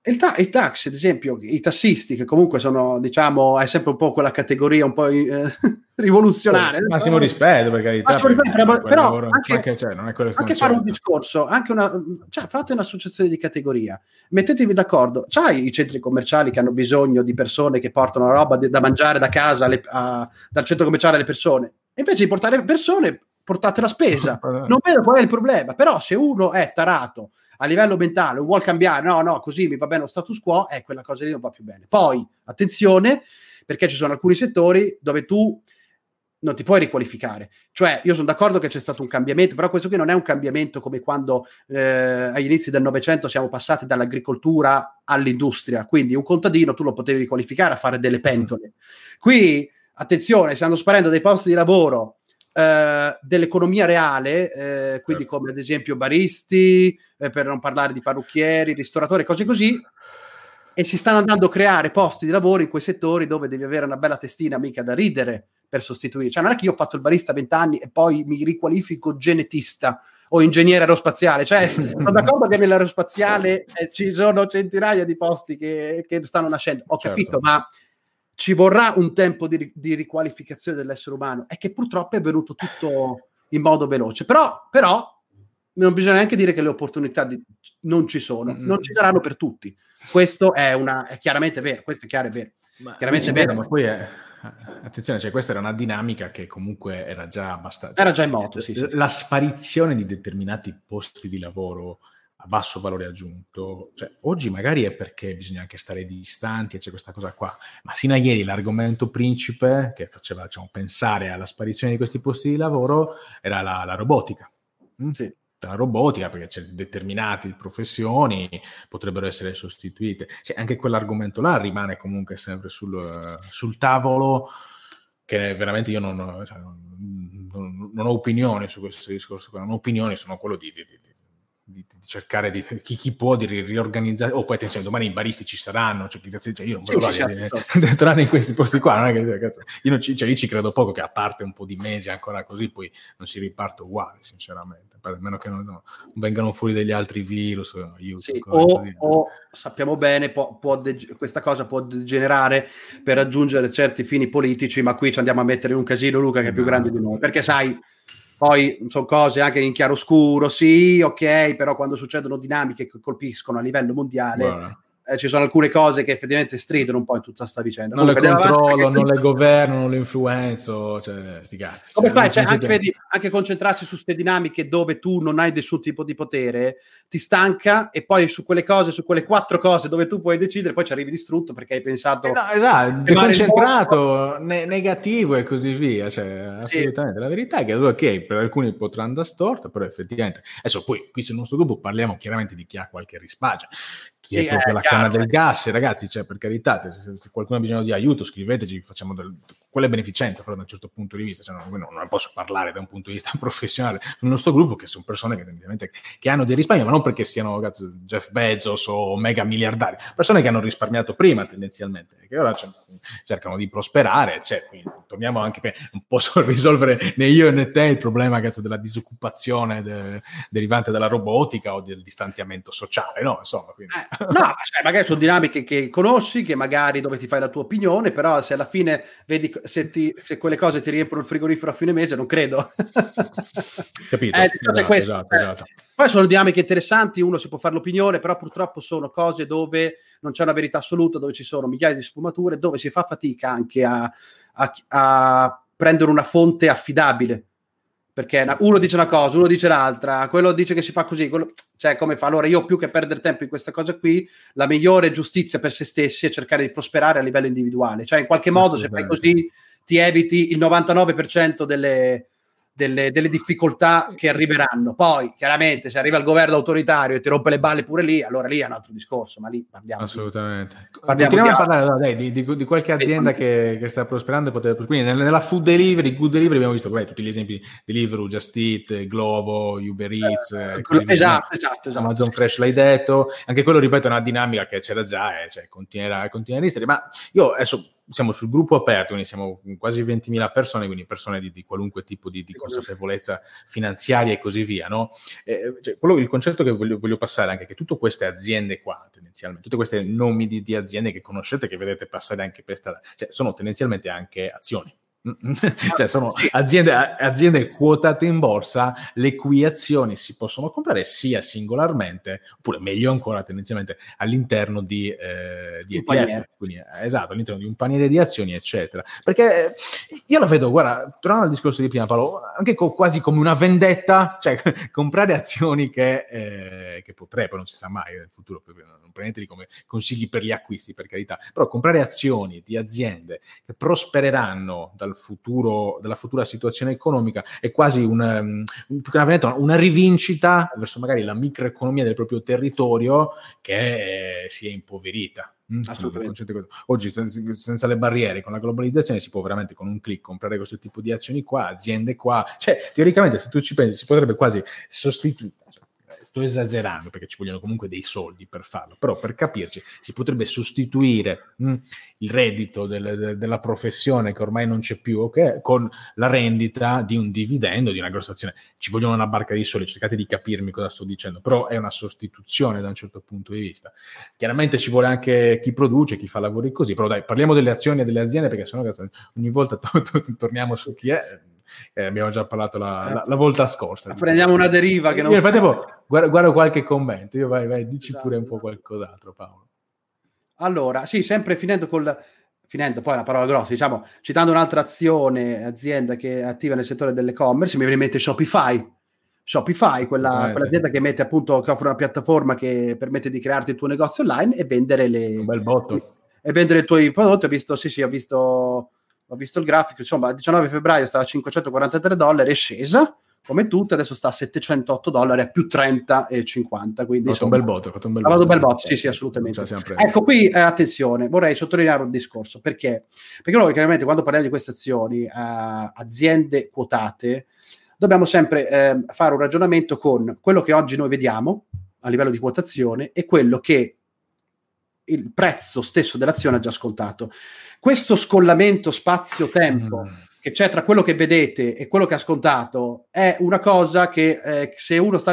I taxi, ad esempio, i tassisti, che comunque sono, diciamo, è sempre un po' quella categoria un po' rivoluzionaria. Massimo rispetto, per carità. Però anche fare un discorso, fate un'associazione di categoria, mettetevi d'accordo. C'hai i centri commerciali che hanno bisogno di persone che portano roba da mangiare da casa dal centro commerciale alle persone, e invece di portare persone, portate la spesa. Non vedo qual è il problema, però se uno è tarato a livello mentale, vuol cambiare, no, così mi va bene lo status quo, quella cosa lì non va più bene. Poi, attenzione, perché ci sono alcuni settori dove tu non ti puoi riqualificare. Cioè, io sono d'accordo che c'è stato un cambiamento, però questo qui non è un cambiamento come quando agli inizi del Novecento siamo passati dall'agricoltura all'industria. Quindi un contadino tu lo potevi riqualificare a fare delle pentole. Qui, attenzione, stanno sparendo dei posti di lavoro dell'economia reale, quindi come ad esempio baristi, per non parlare di parrucchieri, ristoratori, cose così, e si stanno andando a creare posti di lavoro in quei settori dove devi avere una bella testina mica da ridere per sostituire. Cioè non è che io ho fatto il barista 20 anni e poi mi riqualifico genetista o ingegnere aerospaziale, cioè sono d'accordo che nell'aerospaziale ci sono centinaia di posti che stanno nascendo, ho capito, ma ci vorrà un tempo di riqualificazione dell'essere umano, e che purtroppo è venuto tutto in modo veloce. Però non bisogna neanche dire che le opportunità non ci sono, non ci saranno per tutti. Questo è chiaramente vero, questo è chiaro e vero. Chiaramente vero, ma poi attenzione, cioè questa era una dinamica che comunque era già abbastanza. Era già in moto, sì. La sparizione di determinati posti di lavoro a basso valore aggiunto, cioè oggi magari è perché bisogna anche stare distanti e c'è questa cosa qua, ma sino a ieri l'argomento principe che faceva, diciamo, pensare alla sparizione di questi posti di lavoro era la robotica. Sì. La robotica, perché c'è determinate professioni potrebbero essere sostituite, cioè, anche quell'argomento là rimane comunque sempre sul tavolo, che veramente io non ho opinioni su questo discorso, non ho opinioni, sono quello di cercare di chi può di riorganizzare. Poi attenzione, domani i baristi ci saranno, cioè io non vedo di entrare in questi posti qua, non è che cazzo, io ci credo poco che, a parte un po' di mesi ancora così, poi non si riparte uguale, sinceramente, a meno che non vengano fuori degli altri virus, o sappiamo bene questa cosa può degenerare per raggiungere certi fini politici, ma qui ci andiamo a mettere in un casino, Luca, che è più grande di noi, perché sai, poi sono cose anche in chiaroscuro, sì, ok, però quando succedono dinamiche che colpiscono a livello mondiale, ci sono alcune cose che effettivamente stridono un po' in tutta sta vicenda. Non le controllo, non le governo, non le influenzo, cioè sti cazzi. Come fai? Cioè, anche concentrarsi su queste dinamiche dove tu non hai nessun tipo di potere ti stanca, e poi su quelle cose, su quelle 4 cose dove tu puoi decidere, poi ci arrivi distrutto perché hai pensato... No, esatto, deconcentrato, negativo e così via, cioè assolutamente. Sì. La verità è che ok, per alcuni potrà andare storta, però effettivamente... Adesso poi qui sul nostro gruppo parliamo chiaramente di chi ha qualche risparmio, chi è proprio la canna del gas, ragazzi, cioè per carità, se qualcuno ha bisogno di aiuto scriveteci, facciamo quella è beneficenza, però da un certo punto di vista, cioè non posso parlare da un punto di vista professionale sul nostro gruppo, che sono persone che hanno dei risparmi, ma non perché siano Jeff Bezos o mega miliardari, persone che hanno risparmiato prima tendenzialmente, che ora cercano di prosperare, cioè, quindi torniamo anche che non posso risolvere né io né te il problema della disoccupazione derivante dalla robotica o del distanziamento sociale, no? Insomma, quindi... No, cioè, magari sono dinamiche che conosci, che magari dove ti fai la tua opinione, però se alla fine vedi se quelle cose ti riempiono il frigorifero a fine mese, non credo. Capito? Esatto. Poi sono dinamiche interessanti, uno si può fare l'opinione, però purtroppo sono cose dove non c'è una verità assoluta, dove ci sono migliaia di sfumature, dove si fa fatica anche a prendere una fonte affidabile. Perché uno dice una cosa, uno dice l'altra, quello dice che si fa così, cioè come fa? Allora io più che perdere tempo in questa cosa qui, la migliore giustizia per se stessi è cercare di prosperare a livello individuale, cioè in qualche modo se fai così ti eviti il 99% delle difficoltà che arriveranno. Poi chiaramente se arriva il governo autoritario e ti rompe le balle pure lì, allora lì è un altro discorso, ma lì parliamo assolutamente. Continuiamo a parlare di qualche azienda che sta prosperando. Quindi nella food delivery, good delivery, abbiamo visto tutti gli esempi: Deliveroo, Just Eat, Glovo, Uber Eats, esatto. Amazon Fresh, l'hai detto. Anche quello, ripeto, è una dinamica che c'era già, cioè continuerà a esistere. Ma io adesso siamo sul gruppo aperto, quindi siamo quasi 20.000 persone, quindi persone di qualunque tipo di consapevolezza finanziaria e così via, no? Cioè, il concetto che voglio passare anche è che tutte queste aziende qua, tendenzialmente, tutte queste nomi di aziende che conoscete, che vedete passare anche per strada, cioè sono tendenzialmente anche azioni. Cioè sono aziende quotate in borsa, le cui azioni si possono comprare sia singolarmente oppure, meglio ancora, tendenzialmente all'interno di ETF, quindi all'interno di un paniere di azioni, eccetera. Perché io la vedo, guarda, tornando al discorso di prima, Paolo, anche quasi come una vendetta, cioè comprare azioni che potrebbero, non si sa mai nel futuro, non prendeteli come consigli per gli acquisti, per carità, però comprare azioni di aziende che prospereranno dalla futura situazione economica è quasi più che una rivincita verso magari la microeconomia del proprio territorio che si è impoverita. Oggi senza le barriere, con la globalizzazione, si può veramente con un click comprare questo tipo di azioni qua, aziende qua, cioè teoricamente, se tu ci pensi, si potrebbe quasi sostituire. Sto esagerando perché ci vogliono comunque dei soldi per farlo, però per capirci si potrebbe sostituire il reddito della professione che ormai non c'è più, con la rendita di un dividendo, di una grossa azione. Ci vogliono una barca di soldi, cercate di capirmi cosa sto dicendo, però è una sostituzione da un certo punto di vista. Chiaramente ci vuole anche chi produce, chi fa lavori così, però dai, parliamo delle azioni e delle aziende, perché sennò ogni volta torniamo su chi è. Abbiamo già parlato la volta scorsa. Prendiamo una deriva che non... Io guardo qualche commento. Io vai, dici pure un po' qualcos'altro, Paolo. Allora, sì, sempre finendo poi la parola grossa, diciamo, citando un'altra azienda che è attiva nel settore dell'e-commerce, mi viene in mente Shopify, quell'azienda che mette appunto, che offre una piattaforma che permette di crearti il tuo negozio online e vendere un bel botto. E vendere i tuoi prodotti. Ho visto il grafico, insomma, il 19 febbraio stava a $543, è scesa come tutte, adesso sta a $708, a più 30,50. Quindi un bel botto. Un bel botto, sì, assolutamente. Ecco, qui attenzione, vorrei sottolineare un discorso, perché noi chiaramente quando parliamo di queste azioni, aziende quotate, dobbiamo sempre fare un ragionamento con quello che oggi noi vediamo a livello di quotazione e quello che il prezzo stesso dell'azione ha già scontato. Questo scollamento spazio-tempo che c'è tra quello che vedete e quello che ha scontato è una cosa che se uno sta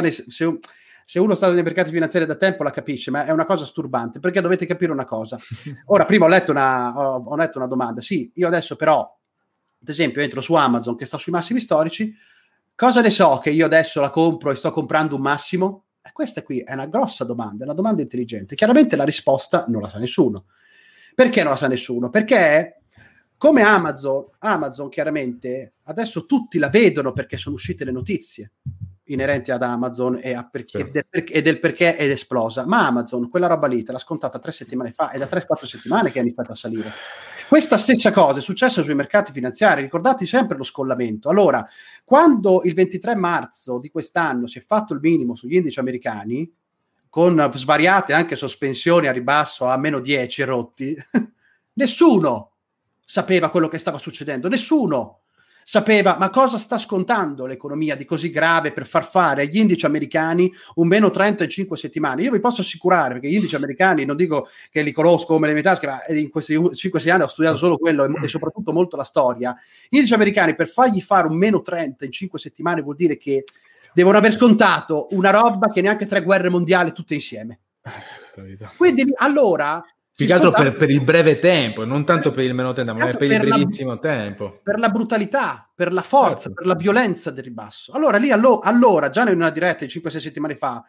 nei mercati finanziari da tempo la capisce, ma è una cosa sturbante, perché dovete capire una cosa. Ora, prima ho letto una domanda. Sì, io adesso però, ad esempio, entro su Amazon che sta sui massimi storici, cosa ne so che io adesso la compro e sto comprando un massimo? Questa qui è una grossa domanda, è una domanda intelligente. Chiaramente la risposta non la sa nessuno. Perché non la sa nessuno? Perché come Amazon chiaramente adesso tutti la vedono perché sono uscite le notizie inerenti ad Amazon e del perché è esplosa. Ma Amazon, quella roba lì, te l'ha scontata 3 settimane fa, è da 3-4 settimane che è iniziata a salire. Questa stessa cosa è successa sui mercati finanziari, ricordate sempre lo scollamento. Allora, quando il 23 marzo di quest'anno si è fatto il minimo sugli indici americani, con svariate anche sospensioni a ribasso a meno 10 rotti, nessuno sapeva quello che stava succedendo, nessuno sapeva ma cosa sta scontando l'economia di così grave per far fare agli indici americani un meno 30 in 5 settimane. Io vi posso assicurare, perché gli indici americani non dico che li conosco come le mie tasche, ma in questi 5-6 anni ho studiato solo quello e soprattutto molto la storia. Gli indici americani, per fargli fare un meno 30 in 5 settimane vuol dire che devono aver scontato una roba che neanche 3 guerre mondiali tutte insieme. Quindi allora, Più che altro per il breve tempo, non tanto per il meno tempo, ma per il brevissimo tempo. Per la brutalità, per la forza, certo, per la violenza del ribasso. Allora lì, allora già in una diretta di 5-6 settimane fa,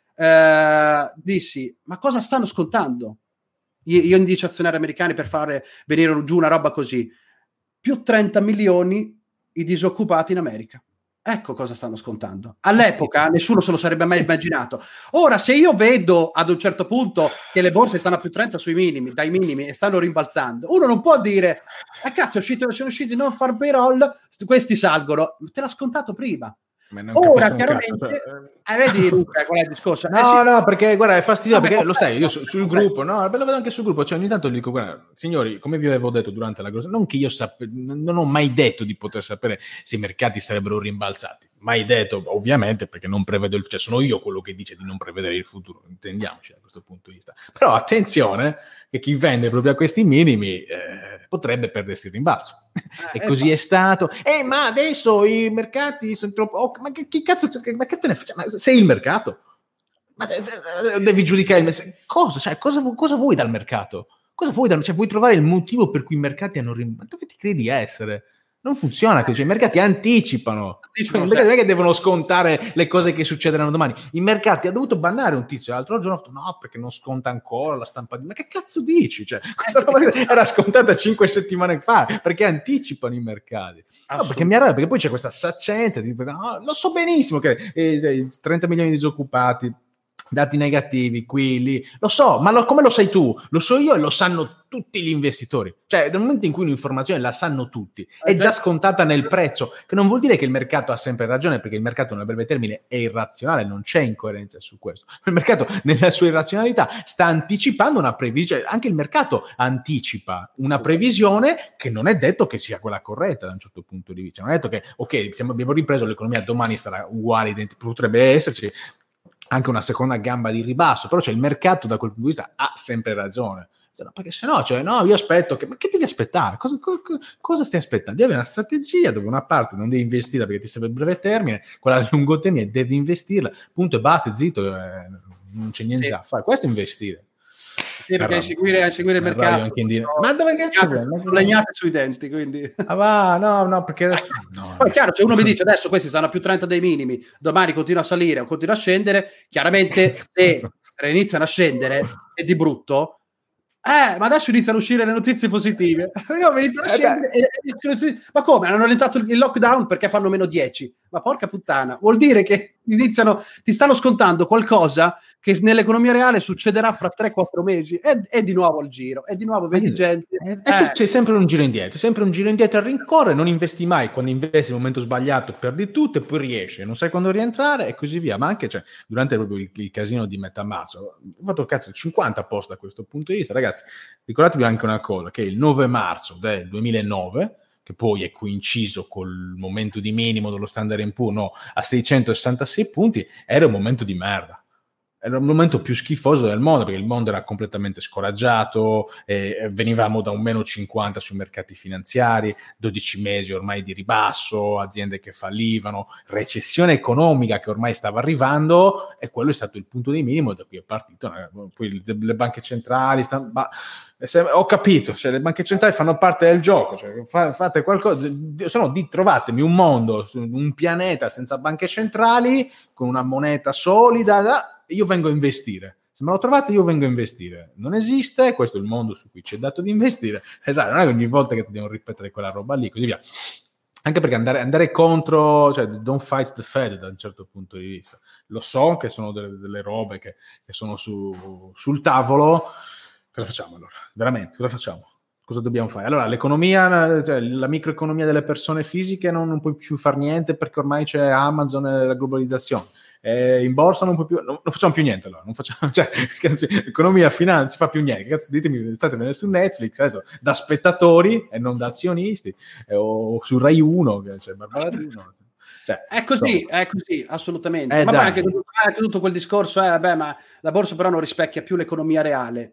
dissi, ma cosa stanno scontando gli indici azionari americani per fare venire giù una roba così? Più 30 milioni i disoccupati in America. Ecco cosa stanno scontando. All'epoca nessuno se lo sarebbe mai immaginato. Ora, se io vedo ad un certo punto che le borse stanno a più 30 dai minimi e stanno rimbalzando, uno non può dire cazzo, sono usciti non farm payroll, questi salgono. Te l'ha scontato prima. Ora chiaramente vedi Luca qual è il discorso? No, perché guarda, è fastidioso, perché lo sai, io sul gruppo, no, lo vedo anche sul gruppo, cioè ogni tanto dico, guarda, signori, come vi avevo detto durante la grossa, non che io non ho mai detto di poter sapere se i mercati sarebbero rimbalzati, mai detto, ovviamente, perché non prevedo cioè sono io quello che dice di non prevedere il futuro, intendiamoci da questo punto di vista. Però attenzione che chi vende proprio a questi minimi potrebbe perdersi il rimbalzo. E così è stato. Ma adesso i mercati sono troppo... ma che cazzo... Ma che te ne faccia? Ma sei il mercato? Ma devi giudicare il mercato. Cosa? Cioè, cosa vuoi dal mercato? Cosa vuoi cioè, vuoi trovare il motivo per cui i mercati hanno... Ma dove ti credi essere? Non funziona così, i mercati anticipano. I mercati non è che devono scontare le cose che succederanno domani. I mercati ha dovuto bannare un tizio l'altro giorno, ha detto no, perché non sconta ancora la stampa ma che cazzo dici? Cioè, questa roba era scontata 5 settimane fa, perché anticipano i mercati. No, perché mi arrabbia, perché poi c'è questa saccenza, lo so benissimo che 30 milioni di disoccupati, dati negativi, qui, lì, lo so, ma come lo sai tu? Lo so io e lo sanno tutti gli investitori. Cioè, nel momento in cui un'informazione la sanno tutti, è già scontata nel prezzo, che non vuol dire che il mercato ha sempre ragione, perché il mercato nel breve termine è irrazionale, non c'è incoerenza su questo. Il mercato, nella sua irrazionalità, sta anticipando una previsione, anche il mercato anticipa una previsione che non è detto che sia quella corretta da un certo punto di vista. Non è detto che, ok, abbiamo ripreso, l'economia domani sarà uguale, potrebbe esserci anche una seconda gamba di ribasso, però il mercato da quel punto di vista ha sempre ragione. Perché se no, io aspetto ma che devi aspettare? Cosa stai aspettando? Devi avere una strategia dove una parte non devi investire perché ti serve il breve termine, quella a lungo termine devi investirla, punto e basta, zitto, non c'è niente da fare. Questo è investire. Sì, perché seguire il mercato anche ma dove cazzo sono legnate sui denti, quindi no, perché adesso poi chiaro, se uno mi dice adesso questi stanno a più 30 dei minimi, domani continua a salire o continua a scendere, chiaramente se iniziano a scendere è di brutto. Ma adesso iniziano a uscire le notizie positive. Iniziano a scendere ma come? Hanno rallentato il lockdown perché fanno meno 10. Ma porca puttana, vuol dire che ti stanno scontando qualcosa che nell'economia reale succederà fra 3-4 mesi. È di nuovo il giro, è di nuovo vedi gente. C'è sempre un giro indietro, a rincorrere, non investi mai, quando investi nel momento sbagliato perdi tutto e poi riesci, non sai quando rientrare e così via. Ma anche durante proprio il casino di metà marzo, ho fatto 50 post da questo punto di vista, ragazzi. Ricordatevi anche una cosa, che il 9 marzo del 2009, che poi è coinciso col momento di minimo dello Standard & Poor's, a 666 punti, era un momento di merda. Era il momento più schifoso del mondo, perché il mondo era completamente scoraggiato, venivamo da un meno 50 sui mercati finanziari, 12 mesi ormai di ribasso, aziende che fallivano, recessione economica che ormai stava arrivando, e quello è stato il punto di minimo da cui è partito. Poi le banche centrali ho capito, le banche centrali fanno parte del gioco, fate qualcosa, se no trovatemi un mondo, un pianeta senza banche centrali, con una moneta solida, io vengo a investire. Se me lo trovate io vengo a investire. Non esiste, questo è il mondo su cui c'è dato di investire. Esatto, non è che ogni volta che ti devono ripetere quella roba lì, così via. Anche perché andare contro, don't fight the Fed da un certo punto di vista. Lo so che sono delle robe che sono sul tavolo. Cosa facciamo allora? Veramente, cosa facciamo? Cosa dobbiamo fare? Allora, l'economia, la microeconomia delle persone fisiche non puoi più fare niente perché ormai c'è Amazon e la globalizzazione. In borsa non facciamo più niente, allora non facciamo, economia, finanza, fa più niente, cazzo, ditemi, state su Netflix adesso, da spettatori e non da azionisti, o su Rai 1 Barbara D'Urso. È così, assolutamente. Ma anche tutto quel discorso ma la borsa però non rispecchia più l'economia reale.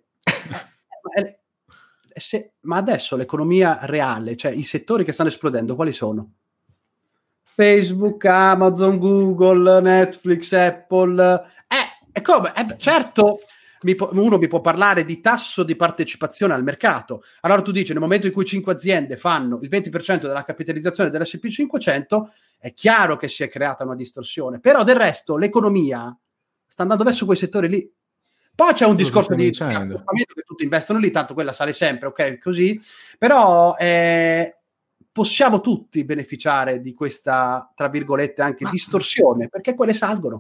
Ma adesso l'economia reale, i settori che stanno esplodendo, quali sono? Facebook, Amazon, Google, Netflix, Apple. Certo, uno mi può parlare di tasso di partecipazione al mercato. Allora tu dici, nel momento in cui 5 aziende fanno il 20% della capitalizzazione dell'S&P 500, è chiaro che si è creata una distorsione, però del resto l'economia sta andando verso quei settori lì. Poi c'è un discorso di comportamento che tutti investono lì, tanto quella sale sempre, ok, così, però possiamo tutti beneficiare di questa, tra virgolette, anche distorsione, perché quelle salgono.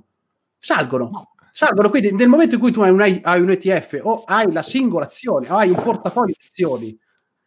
Quindi nel momento in cui tu hai un ETF o hai la singola azione o hai un portafoglio di azioni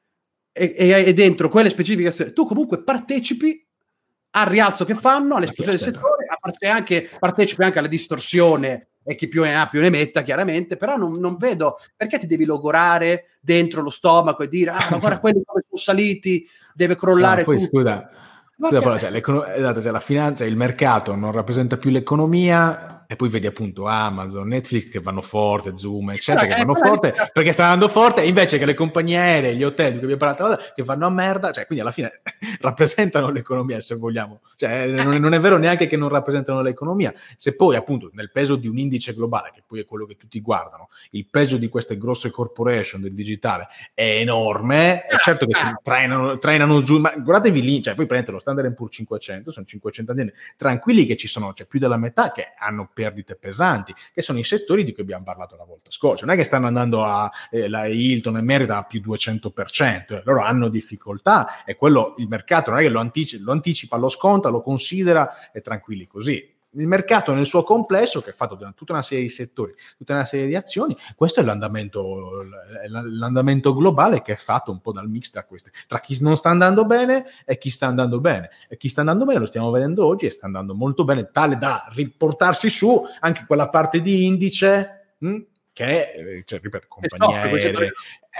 e dentro quelle specifiche azioni, tu comunque partecipi al rialzo che fanno, all'esplosione del settore, partecipi anche alla distorsione, e chi più ne ha più ne metta, chiaramente, però non vedo perché ti devi logorare dentro lo stomaco e dire ma guarda quelli come sono saliti, deve crollare poi tutto. Scusa, però, esatto, la finanza, il mercato non rappresenta più l'economia, e poi vedi appunto Amazon, Netflix che vanno forte, Zoom, eccetera, che vanno forte perché stanno andando forte, invece che le compagnie aeree, gli hotel di cui abbiamo parlato, che vanno a merda, cioè quindi alla fine rappresentano l'economia, se vogliamo. Cioè non è vero neanche che non rappresentano l'economia. Se poi appunto nel peso di un indice globale, che poi è quello che tutti guardano, il peso di queste grosse corporation del digitale è enorme, è certo che trainano giù, ma guardatevi lì, cioè poi prendete lo Standard & Poor's 500, sono 500 aziende tranquilli che ci sono, c'è più della metà che hanno perdite pesanti, che sono i settori di cui abbiamo parlato la volta scorsa. Non è che stanno andando la Hilton e Merita a più 200%, loro hanno difficoltà, e quello il mercato non è che lo anticipa, lo sconta, lo considera, e tranquilli così. Il mercato nel suo complesso, che è fatto da tutta una serie di settori, tutta una serie di azioni, questo è l'andamento globale, che è fatto un po' dal mix tra chi non sta andando bene e chi sta andando bene. E chi sta andando bene lo stiamo vedendo oggi, e sta andando molto bene, tale da riportarsi su anche quella parte di indice che, cioè, ripeto, compagnie aeree.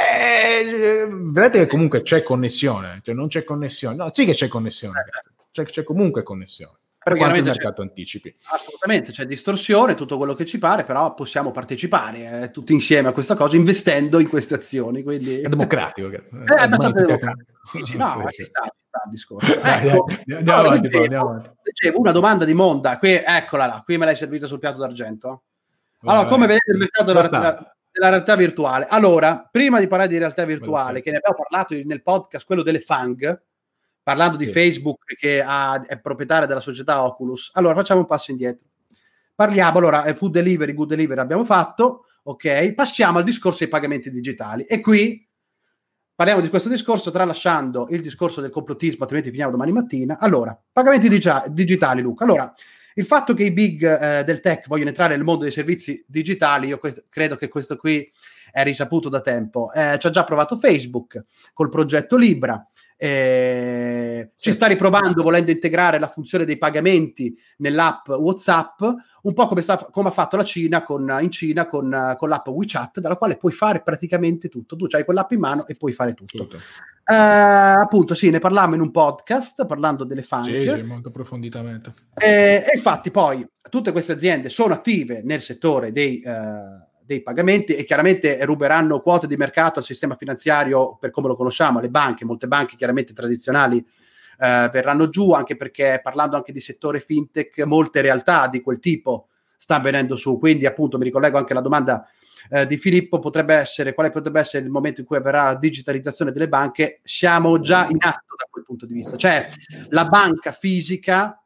Vedete che comunque c'è connessione, cioè non c'è connessione, no, sì che c'è connessione, c'è comunque connessione. Per quanto il mercato anticipi. Assolutamente, c'è distorsione, tutto quello che ci pare, però possiamo partecipare tutti insieme a questa cosa investendo in queste azioni. Quindi... È democratico. È abbastanza democratico. No, ci sta il discorso. Andiamo avanti. Dicevo, una domanda di Monda, qui, eccola là, qui me l'hai servita sul piatto d'argento. Allora, come vedete il mercato della realtà virtuale? Allora, prima di parlare di realtà virtuale, che ne abbiamo parlato nel podcast, quello delle FANG, parlando di Facebook che è proprietaria della società Oculus. Allora facciamo un passo indietro. Parliamo, allora, food delivery, good delivery abbiamo fatto, ok? Passiamo al discorso dei pagamenti digitali. E qui parliamo di questo discorso, tralasciando il discorso del complottismo, altrimenti finiamo domani mattina. Allora, pagamenti digitali, Luca. Allora, il fatto che i big del tech vogliono entrare nel mondo dei servizi digitali, io credo che questo qui è risaputo da tempo. Ci ha già provato Facebook col progetto Libra. Ci sta riprovando, volendo integrare la funzione dei pagamenti nell'app WhatsApp, un po' come ha fatto la Cina in Cina con l'app WeChat, dalla quale puoi fare praticamente tutto. Tu hai quell'app in mano e puoi fare tutto. Appunto, sì, ne parlammo in un podcast parlando delle FANG. Sì, molto approfonditamente. E infatti poi tutte queste aziende sono attive nel settore dei pagamenti, e chiaramente ruberanno quote di mercato al sistema finanziario per come lo conosciamo, le banche. Molte banche chiaramente tradizionali verranno giù, anche perché, parlando anche di settore fintech, molte realtà di quel tipo stanno venendo su. Quindi appunto mi ricollego anche alla domanda di Filippo, quale potrebbe essere il momento in cui avverrà la digitalizzazione delle banche. Siamo già in atto da quel punto di vista, cioè la banca fisica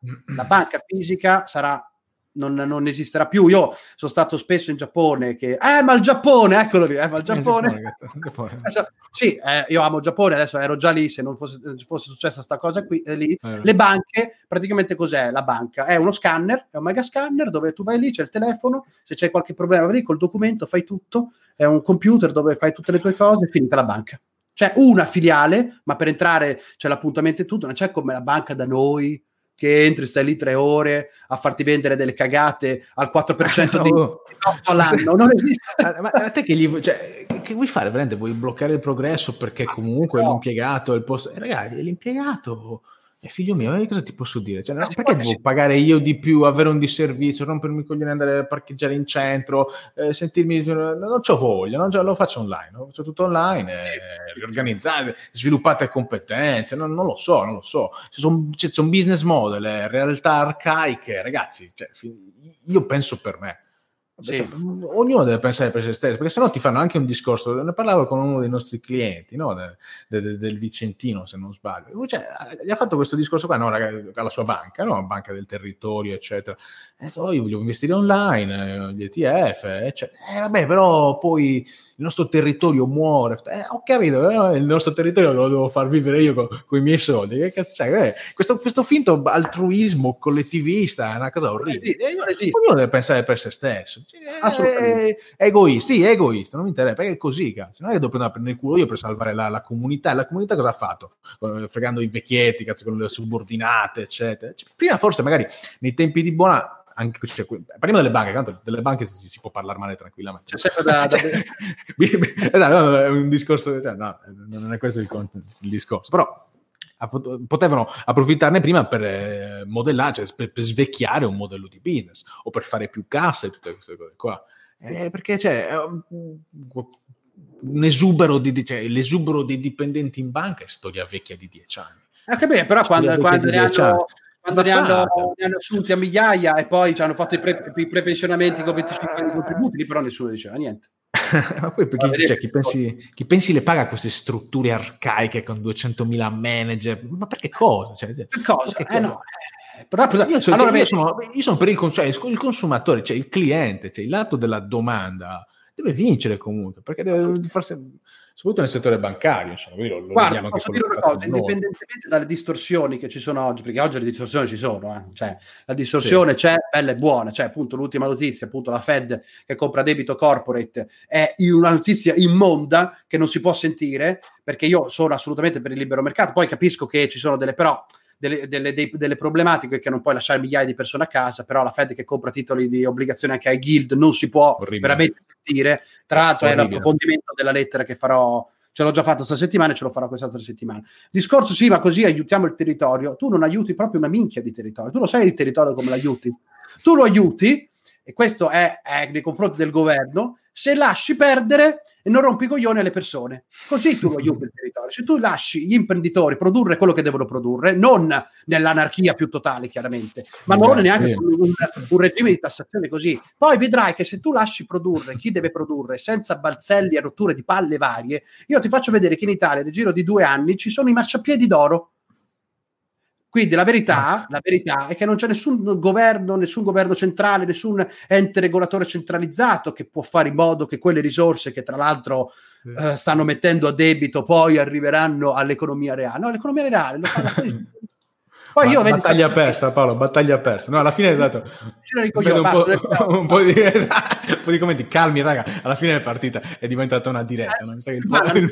sarà non esisterà più. Io sono stato spesso in Giappone, ma il Giappone, eccolo lì, ma il Giappone. Sì, io amo il Giappone, adesso ero già lì, se non fosse successa sta cosa qui, lì. Le banche, praticamente cos'è la banca? È uno scanner, è un mega scanner dove tu vai lì, c'è il telefono, se c'è qualche problema vai lì col documento, fai tutto, è un computer dove fai tutte le tue cose, è finita la banca. C'è una filiale, ma per entrare c'è l'appuntamento e tutto, non c'è come la banca da noi, che entri, stai lì 3 ore a farti vendere delle cagate al 4% di costo all'anno. Non esiste. Ma a te che vuoi fare? Veramente vuoi bloccare il progresso perché comunque l'impiegato è il posto. Ragazzi, l'impiegato è figlio mio, cosa ti posso dire? Cioè, perché devo pagare io di più, avere un disservizio, rompermi i coglioni, andare a parcheggiare in centro, sentirmi... Non c'ho voglia, lo faccio online, lo faccio tutto online, riorganizzate, sviluppate competenze, non lo so. Sono business model, realtà arcaiche, ragazzi, cioè, io penso per me. Sì. Cioè, ognuno deve pensare per se stesso, perché sennò ti fanno anche un discorso. Ne parlavo con uno dei nostri clienti, no? del Vicentino, se non sbaglio, cioè, gli ha fatto questo discorso qua, no, alla sua banca, no? Banca del territorio, eccetera. E io voglio investire online, gli ETF, eccetera. Vabbè, però poi il nostro territorio muore. Ho capito, il nostro territorio lo devo far vivere io con i miei soldi. Che cazzo c'è? Questo finto altruismo collettivista è una cosa orribile. Ognuno deve pensare per se stesso. È egoista, non mi interessa, perché è così, cazzo. Non è che devo prendere il culo io per salvare la comunità. La comunità cosa ha fatto? Fregando i vecchietti, cazzo, con le subordinate, eccetera. Cioè, prima forse magari nei tempi di buona anche, cioè, parliamo delle banche, tanto delle banche si può parlare male tranquillamente. È un discorso, cioè, no, non è questo il discorso, però potevano approfittarne prima per modellare, cioè per svecchiare un modello di business o per fare più cassa e tutte queste cose qua, perché c'è un esubero l'esubero dei dipendenti in banca è storia vecchia di 10 anni. Però quando ne hanno assunti a migliaia e poi hanno fatto i prepensionamenti con 25 anni di contributi, però nessuno diceva niente. Ma poi chi pensi le paga queste strutture arcaiche con 200.000 manager? Ma perché cosa? Io sono per il consumatore, cioè il cliente, cioè il lato della domanda deve vincere comunque, perché deve farsi, soprattutto nel settore bancario, insomma. Guarda, posso dire una cosa, indipendentemente dalle distorsioni che ci sono oggi, perché oggi le distorsioni ci sono, cioè la distorsione c'è, bella e buona, cioè appunto l'ultima notizia, appunto la Fed che compra debito corporate è una notizia immonda che non si può sentire, perché io sono assolutamente per il libero mercato, poi capisco che ci sono delle problematiche che non puoi lasciare migliaia di persone a casa, però la Fed che compra titoli di obbligazioni anche ai guild non si può veramente sentire. Tra l'altro è l'approfondimento della lettera che farò, ce l'ho già fatto questa settimana e ce lo farò quest'altra settimana. Discorso sì, ma così aiutiamo il territorio. Tu non aiuti proprio una minchia di territorio, tu lo sai il territorio come l'aiuti? Tu lo aiuti, e questo è nei confronti del governo, se lasci perdere e non rompi i coglioni alle persone, così tu lo aiuti il territorio. Se tu lasci gli imprenditori produrre quello che devono produrre, non nell'anarchia più totale chiaramente, ma non neanche con un regime di tassazione così, poi vedrai che se tu lasci produrre chi deve produrre senza balzelli e rotture di palle varie, io ti faccio vedere che in Italia nel giro di 2 anni ci sono i marciapiedi d'oro. Quindi la verità è che non c'è nessun governo centrale, nessun ente regolatore centralizzato che può fare in modo che quelle risorse che tra l'altro stanno mettendo a debito poi arriveranno all'economia reale. No, l'economia reale lo fa la Poi io battaglia persa, Paolo, battaglia persa. No, alla fine esatto. Un po' di commenti calmi, raga. Alla fine è partita, è diventata una diretta. No? Mi sa che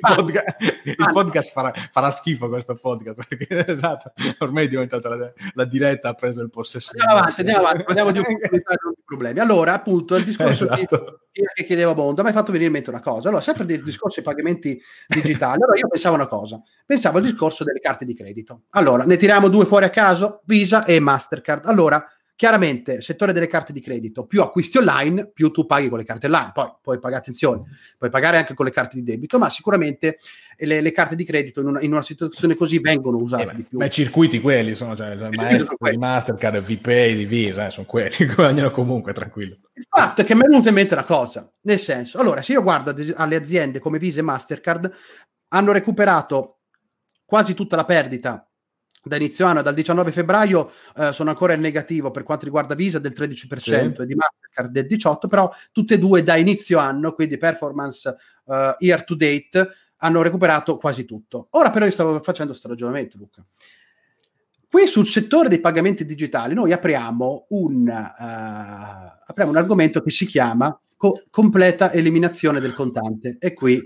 il podcast farà schifo questo podcast, perché esatto, ormai è diventata la diretta, ha preso il possesso. Andiamo avanti, parliamo di opportunità e non di problemi. Allora, appunto, il discorso che chiedeva Bondo, mi hai fatto venire in mente una cosa. Allora, sempre del discorso dei pagamenti digitali. Allora, io pensavo una cosa. Pensavo al discorso delle carte di credito. Allora, ne tiriamo 2 fuori a caso, Visa e Mastercard. Allora, chiaramente, settore delle carte di credito, più acquisti online, più tu paghi con le carte online. Poi puoi pagare, attenzione, puoi pagare anche con le carte di debito, ma sicuramente le carte di credito in una situazione così vengono usate di più. Ma i circuiti quelli sono, cioè il maestro di Mastercard, VPay, di Visa, sono quelli, guadagnano comunque, tranquillo. Il fatto è che mi è venuta in mente una cosa, nel senso, allora, se io guardo alle aziende come Visa e Mastercard, hanno recuperato quasi tutta la perdita da inizio anno, dal 19 febbraio sono ancora in negativo per quanto riguarda Visa del 13% e di Mastercard del 18%, però tutte e due da inizio anno, quindi performance year to date, hanno recuperato quasi tutto. Ora però io stavo facendo questo ragionamento, Luca. Qui sul settore dei pagamenti digitali noi apriamo un argomento che si chiama completa eliminazione del contante, e qui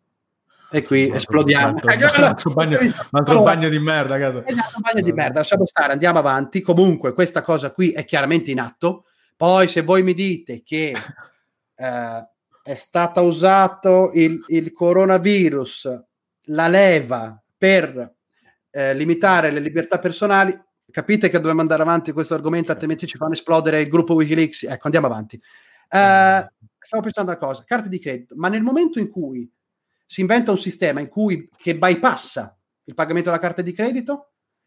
esplodiamo. Un altro bagno di merda, caso. Un bagno di merda, lasciamo stare, andiamo avanti. Comunque questa cosa qui è chiaramente in atto. Poi se voi mi dite che è stato usato il coronavirus, la leva per limitare le libertà personali, capite che dobbiamo andare avanti questo argomento, altrimenti ci fanno esplodere il gruppo Wikileaks. Ecco, andiamo avanti. Stavo pensando a cosa, carte di credito, ma nel momento in cui si inventa un sistema che bypassa il pagamento della carta di credito,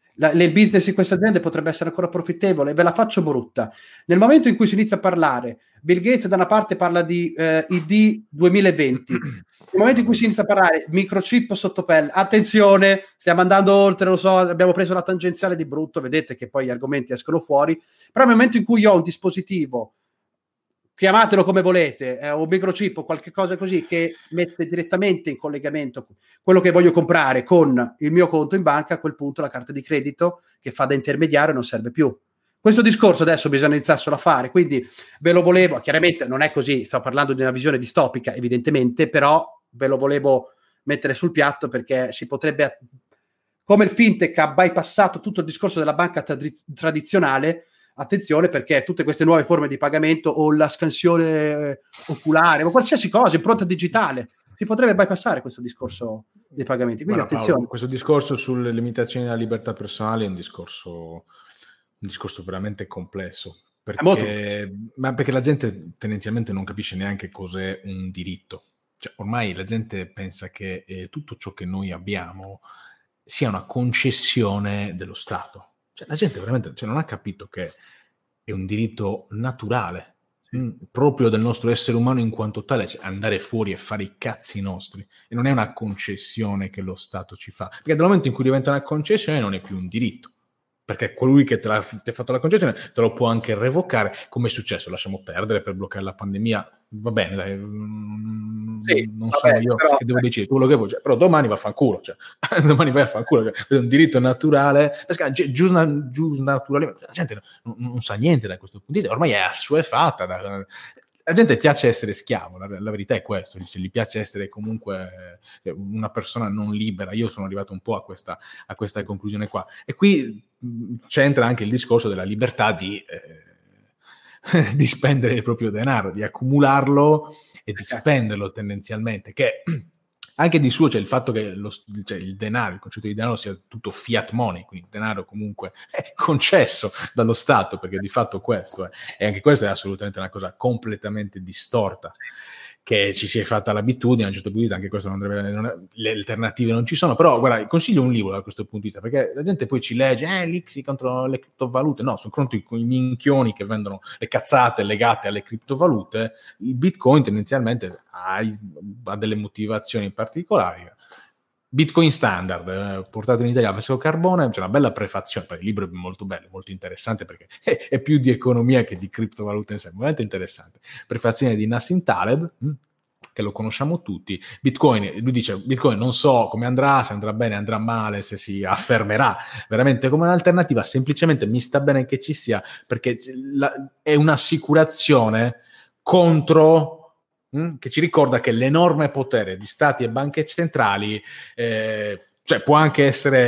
il business di queste aziende potrebbe essere ancora profittevole. Ve la faccio brutta. Nel momento in cui si inizia a parlare, Bill Gates da una parte parla di ID 2020, nel momento in cui si inizia a parlare microchip sotto pelle, attenzione, stiamo andando oltre, lo so, abbiamo preso la tangenziale di brutto, vedete che poi gli argomenti escono fuori, però nel momento in cui io ho un dispositivo, chiamatelo come volete, un microchip o qualche cosa così, che mette direttamente in collegamento quello che voglio comprare con il mio conto in banca, a quel punto la carta di credito che fa da intermediario non serve più. Questo discorso adesso bisogna iniziarselo a fare, quindi ve lo volevo, chiaramente non è così, sto parlando di una visione distopica evidentemente, però ve lo volevo mettere sul piatto perché si potrebbe, come il fintech ha bypassato tutto il discorso della banca tradizionale, attenzione perché tutte queste nuove forme di pagamento o la scansione oculare o qualsiasi cosa, impronta digitale, si potrebbe bypassare questo discorso dei pagamenti. Quindi attenzione. Paolo, questo discorso sulle limitazioni della libertà personale è un discorso veramente complesso, perché la gente tendenzialmente non capisce neanche cos'è un diritto. Cioè, ormai la gente pensa che tutto ciò che noi abbiamo sia una concessione dello Stato. Cioè, la gente veramente non ha capito che è un diritto naturale, proprio del nostro essere umano in quanto tale, cioè andare fuori e fare i cazzi nostri. E non è una concessione che lo Stato ci fa. Perché dal momento in cui diventa una concessione non è più un diritto. Perché colui che ti ha fatto la concessione te lo può anche revocare, come è successo, lasciamo perdere per bloccare la pandemia, va bene, dai, non sono io che devo decidere quello che vuoi, cioè, però domani va a fanculo, cioè, domani vai a fanculo, cioè, è un diritto naturale, giusto naturale, la gente non sa niente da questo punto di vista, ormai è assuefatta, la gente piace essere schiavo, la verità è questo, cioè, gli piace essere comunque una persona non libera. Io sono arrivato un po' a questa conclusione qua, e qui c'entra anche il discorso della libertà di spendere il proprio denaro, di accumularlo e di spenderlo tendenzialmente, che anche di suo c'è il fatto che il denaro, il concetto di denaro sia tutto fiat money, quindi denaro comunque è concesso dallo Stato, perché di fatto questo è, e anche questo è assolutamente una cosa completamente distorta, che ci si è fatta l'abitudine, a un certo punto di vista anche questo le alternative non ci sono, però guarda, consiglio un libro da questo punto di vista, perché la gente poi ci legge l'ICSI contro le criptovalute, no, sono contro i minchioni che vendono le cazzate legate alle criptovalute. Il Bitcoin tendenzialmente ha delle motivazioni particolari. Bitcoin Standard, portato in Italia a Vasco Carbone, c'è una bella prefazione, poi il libro è molto bello, molto interessante, perché è più di economia che di criptovalute in sé, veramente interessante. Prefazione di Nassim Taleb, che lo conosciamo tutti. Bitcoin, lui dice, Bitcoin non so come andrà, se andrà bene, andrà male, se si affermerà veramente come un'alternativa, semplicemente mi sta bene che ci sia, perché è un'assicurazione contro... che ci ricorda che l'enorme potere di stati e banche centrali cioè può anche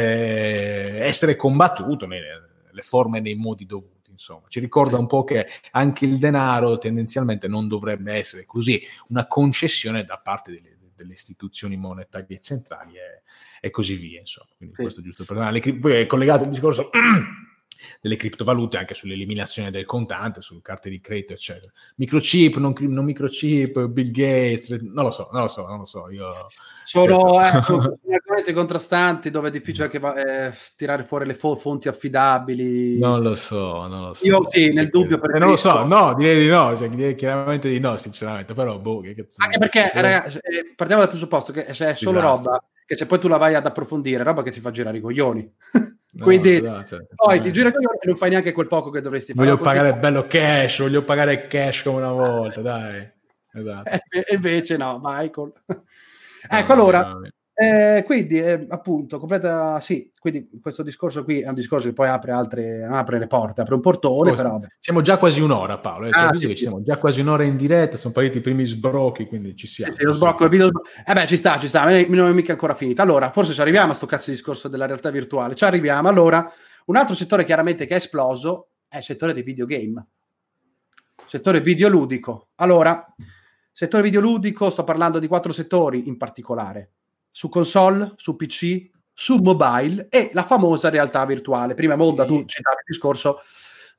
essere combattuto nelle forme e nei modi dovuti, insomma. Ci ricorda un po' che anche il denaro tendenzialmente non dovrebbe essere così una concessione da parte delle istituzioni monetarie centrali e così via, insomma. Quindi questo giusto per poi è collegato il discorso delle criptovalute anche sull'eliminazione del contante, sulle carte di credito, eccetera. Microchip, non microchip, Bill Gates, non lo so. Io sono argomenti contrastanti dove è difficile anche tirare fuori le fonti affidabili. Non lo so. Io sì, nel dubbio non lo so, no, direi di no, cioè, direi chiaramente di no, sinceramente, però che cazzo. Anche perché, ragazzi, partiamo dal presupposto che se è solo roba che se poi tu la vai ad approfondire, roba che ti fa girare i coglioni. Quindi poi ti gira i coglioni e non fai neanche quel poco che dovresti fare. Voglio pagare bello cash, voglio pagare cash come una volta, dai. Esatto. E invece no, Michael. Ecco, allora, quindi appunto completa, sì, quindi questo discorso qui è un discorso che poi non apre le porte, apre un portone, però siamo già quasi un'ora, Paolo, sì. Siamo già quasi un'ora in diretta, sono partiti i primi sbrocchi, quindi ci siamo. Sì, lo sbrocco, il video, ci sta, non è mica ancora finita. Allora, forse ci arriviamo a sto cazzo di discorso della realtà virtuale, ci arriviamo. Allora, un altro settore chiaramente che è esploso è il settore dei videogame, settore videoludico. Allora, settore videoludico, sto parlando di 4 settori in particolare: su console, su PC, su mobile e la famosa realtà virtuale. Prima Monda, tu citavi il discorso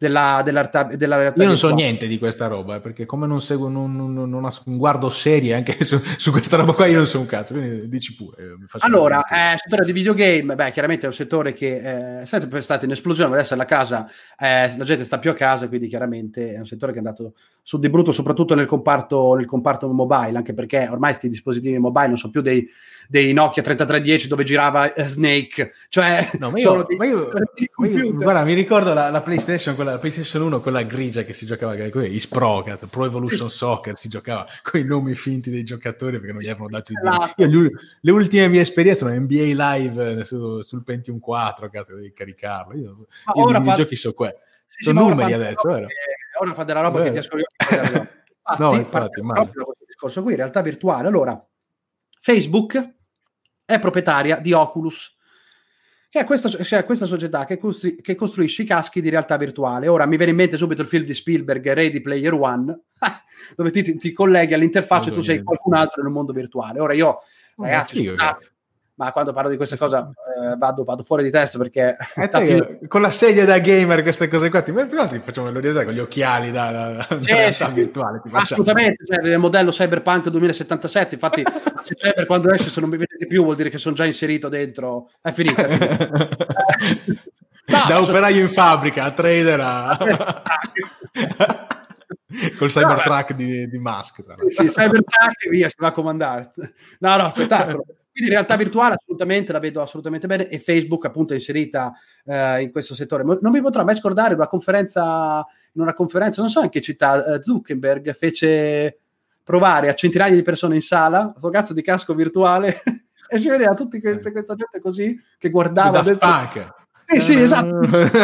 della realtà Io non so niente di questa roba, perché come non seguo, non guardo serie anche su questa roba qua, io non so un cazzo, quindi dici pure. Allora, il settore di videogame, chiaramente è un settore che è sempre stato in esplosione, ma adesso la gente sta più a casa, quindi chiaramente è un settore che è andato su di brutto, soprattutto nel comparto mobile, anche perché ormai questi dispositivi mobile non sono più dei Nokia 3310 dove girava Snake, cioè guarda, mi ricordo la PlayStation, la PlayStation 1, quella grigia che si giocava con Pro Evolution Soccer, si giocava con i nomi finti dei giocatori perché non gli avevano dato idea. Le ultime mie esperienze sono NBA Live sul Pentium 4, cazzo, devi caricarlo. Io i videogiochi sono qua. Sono numeri adesso, vero? Ora fa della roba che ti ascolti. Infatti, proprio questo discorso qui, in realtà virtuale. Allora, Facebook è proprietaria di Oculus, che è questa società che costruisce i caschi di realtà virtuale. Ora mi viene in mente subito il film di Spielberg, Ready Player One, dove ti colleghi all'interfaccia e tu sei qualcun altro nel mondo virtuale. Ora io, ragazzi, ma quando parlo di questa cosa vado fuori di testa, perché con la sedia da gamer, queste cose qua ti facciamo l'orientare con gli occhiali da realtà virtuale, assolutamente, cioè, il modello Cyberpunk 2077, infatti per quando esce, se non mi vedete più vuol dire che sono già inserito dentro, è finita. Da operaio in fabbrica, a trader col Cybertruck di Musk. Sì, Cybertruck e via, si va a comandare. No, spettacolo. Quindi in realtà virtuale assolutamente, la vedo assolutamente bene, e Facebook appunto è inserita in questo settore. Non mi potrò mai scordare in una conferenza, non so in che città, Zuckerberg fece provare a centinaia di persone in sala questo cazzo di casco virtuale e si vedeva tutta questa gente così che guardava. Sì, esatto.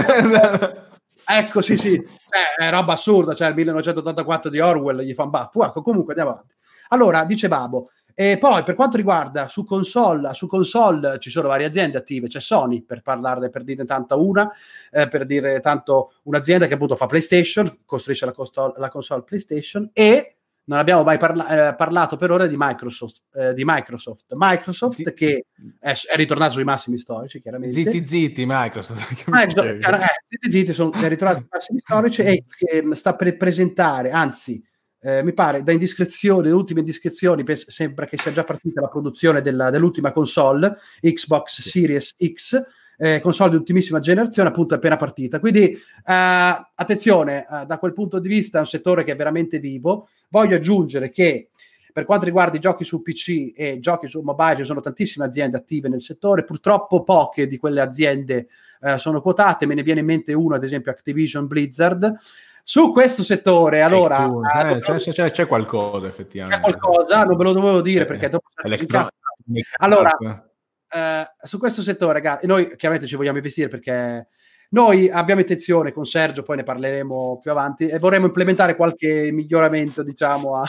Ecco, sì. È roba assurda, cioè il 1984 di Orwell gli fa un baffo. Ecco, comunque andiamo avanti. Allora, dice Babo, e poi per quanto riguarda su console ci sono varie aziende attive, c'è Sony per parlarne, per dire tanto un'azienda che appunto fa PlayStation, costruisce la console PlayStation, e non abbiamo mai parlato per ora di Microsoft. Microsoft che è ritornato sui massimi storici, chiaramente. Zitti, Microsoft. Zitti è ritornato sui massimi storici e che sta per presentare, anzi, mi pare da le ultime indiscrezioni sembra che sia già partita la produzione dell'ultima console Xbox Series X, console di ultimissima generazione, appunto appena partita. Quindi attenzione, da quel punto di vista è un settore che è veramente vivo. Voglio aggiungere che per quanto riguarda i giochi su PC e giochi su mobile ci sono tantissime aziende attive nel settore, purtroppo poche di quelle aziende sono quotate. Me ne viene in mente uno, ad esempio Activision Blizzard. Su questo settore, allora... c'è qualcosa, effettivamente. C'è qualcosa, non ve lo dovevo dire perché dopo... Allora, su questo settore, ragazzi, noi chiaramente ci vogliamo investire perché noi abbiamo intenzione con Sergio, poi ne parleremo più avanti, e vorremmo implementare qualche miglioramento, diciamo,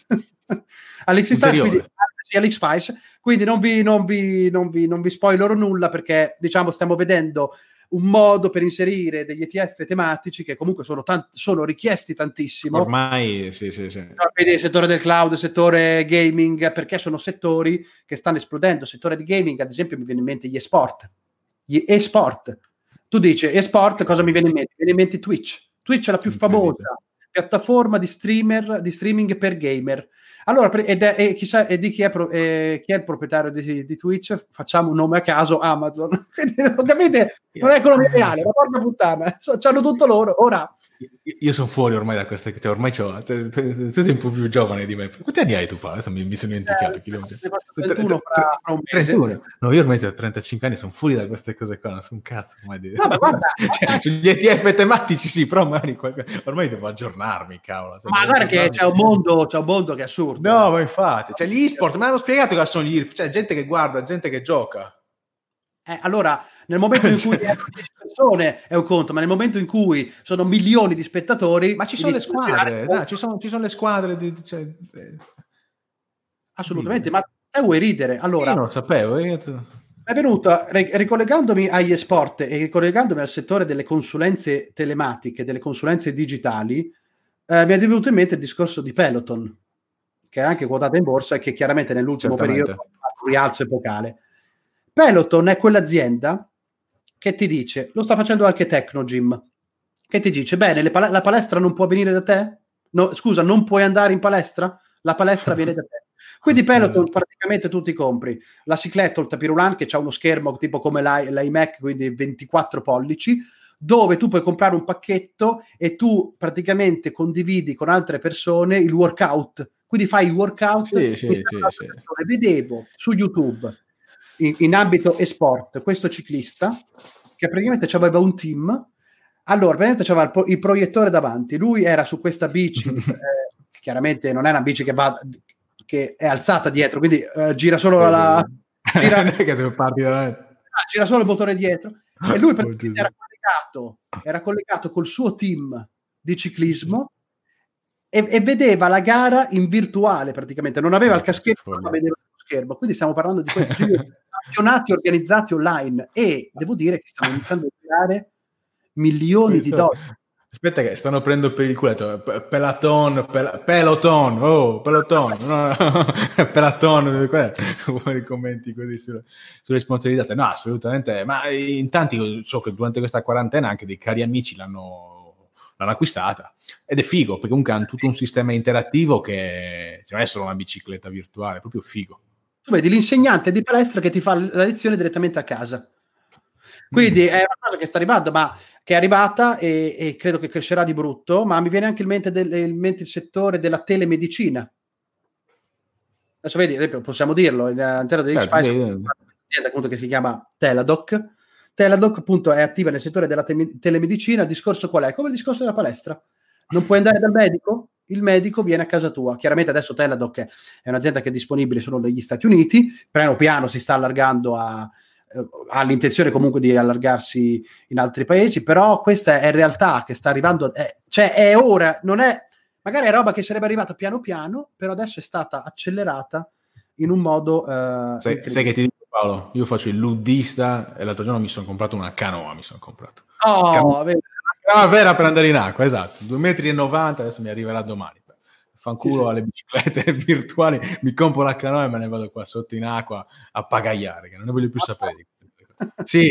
all'X-Files, quindi non vi spoilerò nulla, perché, diciamo, stiamo vedendo un modo per inserire degli ETF tematici che comunque sono richiesti tantissimo. Ormai, sì. Il settore del cloud, il settore gaming, perché sono settori che stanno esplodendo. Il settore di gaming, ad esempio, mi viene in mente gli e-sport. Tu dici e-sport, cosa mi viene in mente? Mi viene in mente Twitch. Twitch è la più famosa piattaforma di streaming per gamer. Allora, di chi è il proprietario di Twitch? Facciamo un nome a caso, Amazon. Capite? Non è economia reale, ma porca puttana, c'hanno tutto loro. Ora, io sono fuori ormai da queste, cioè ormai tu sei un po' più giovane di me. Quanti anni hai tu, Paolo? Adesso mi sono dimenticato. 31 fra un mese. 31. No, io ormai ho 35 anni, sono fuori da queste cose qua, non sono un cazzo ormai di... No, ma guarda, gli ETF tematici sì, però ormai devo aggiornarmi, cavolo. Ma guarda che c'è un mondo che è assurdo. No, ma infatti, cioè gli e-sports, me l'hanno spiegato cosa sono gli e-sports, cioè gente che guarda, gente che gioca. Allora, nel momento in cui 10 persone è un conto, ma nel momento in cui sono milioni di spettatori... Ma ci sono le squadre, ci sono le squadre assolutamente, ma te vuoi ridere? Allora, io non lo sapevo. È venuto, ricollegandomi agli esport e ricollegandomi al settore delle consulenze telematiche, delle consulenze digitali, mi è venuto in mente il discorso di Peloton, che è anche quotata in borsa e che chiaramente nell'ultimo periodo ha un rialzo epocale. Peloton è quell'azienda che ti dice, lo sta facendo anche Tecnogym, che ti dice, bene, la palestra non può venire da te? No, scusa, non puoi andare in palestra? La palestra viene da te. Quindi Peloton praticamente tu ti compri la cicletta o il tapirulan che c'ha uno schermo tipo come l'iMac, quindi 24 pollici, dove tu puoi comprare un pacchetto e tu praticamente condividi con altre persone il workout. Quindi fai il workout. Sì. Vedevo su YouTube in ambito esport questo ciclista che praticamente aveva un team. Allora, praticamente c'aveva il proiettore davanti, lui era su questa bici, chiaramente non è una bici che è alzata dietro, quindi gira solo gira solo il motore dietro, e lui era collegato col suo team di ciclismo e vedeva la gara in virtuale praticamente, non aveva il caschetto ma vedeva lo schermo, quindi stiamo parlando di questi campionati organizzati online e devo dire che stanno iniziando a girare milioni di dollari. Aspetta che stanno prendendo per il culetto. Peloton, no. Peloton, i commenti così sulle sponsorizzate. No, assolutamente. Ma in tanti so che durante questa quarantena anche dei cari amici l'hanno acquistata. Ed è figo, perché comunque hanno tutto un sistema interattivo che non è solo una bicicletta virtuale, è proprio figo. Tu vedi l'insegnante di palestra che ti fa la lezione direttamente a casa. Quindi è una cosa che sta arrivando, ma che è arrivata e credo che crescerà di brutto, ma mi viene anche in mente il settore della telemedicina. Adesso vedi, possiamo dirlo, all'interno di X-Spice un'azienda appunto che si chiama Teladoc. Teladoc appunto è attiva nel settore della telemedicina. Il discorso qual è? Come il discorso della palestra. Non puoi andare dal medico? Il medico viene a casa tua. Chiaramente adesso Teladoc è un'azienda che è disponibile solo negli Stati Uniti, piano piano si sta allargando ha l'intenzione comunque di allargarsi in altri paesi, però questa è realtà che sta arrivando, cioè è ora, non è, magari è roba che sarebbe arrivata piano piano, però adesso è stata accelerata in un modo sai che ti dico, Paolo, io faccio il luddista e l'altro giorno mi sono comprato una canoa, una canoa vera per andare in acqua, esatto, 2,90 metri, adesso mi arriverà domani. Fanculo alle biciclette virtuali, mi compro la canoa e me ne vado qua sotto in acqua a pagagliare, che non ne voglio più sapere. Sì.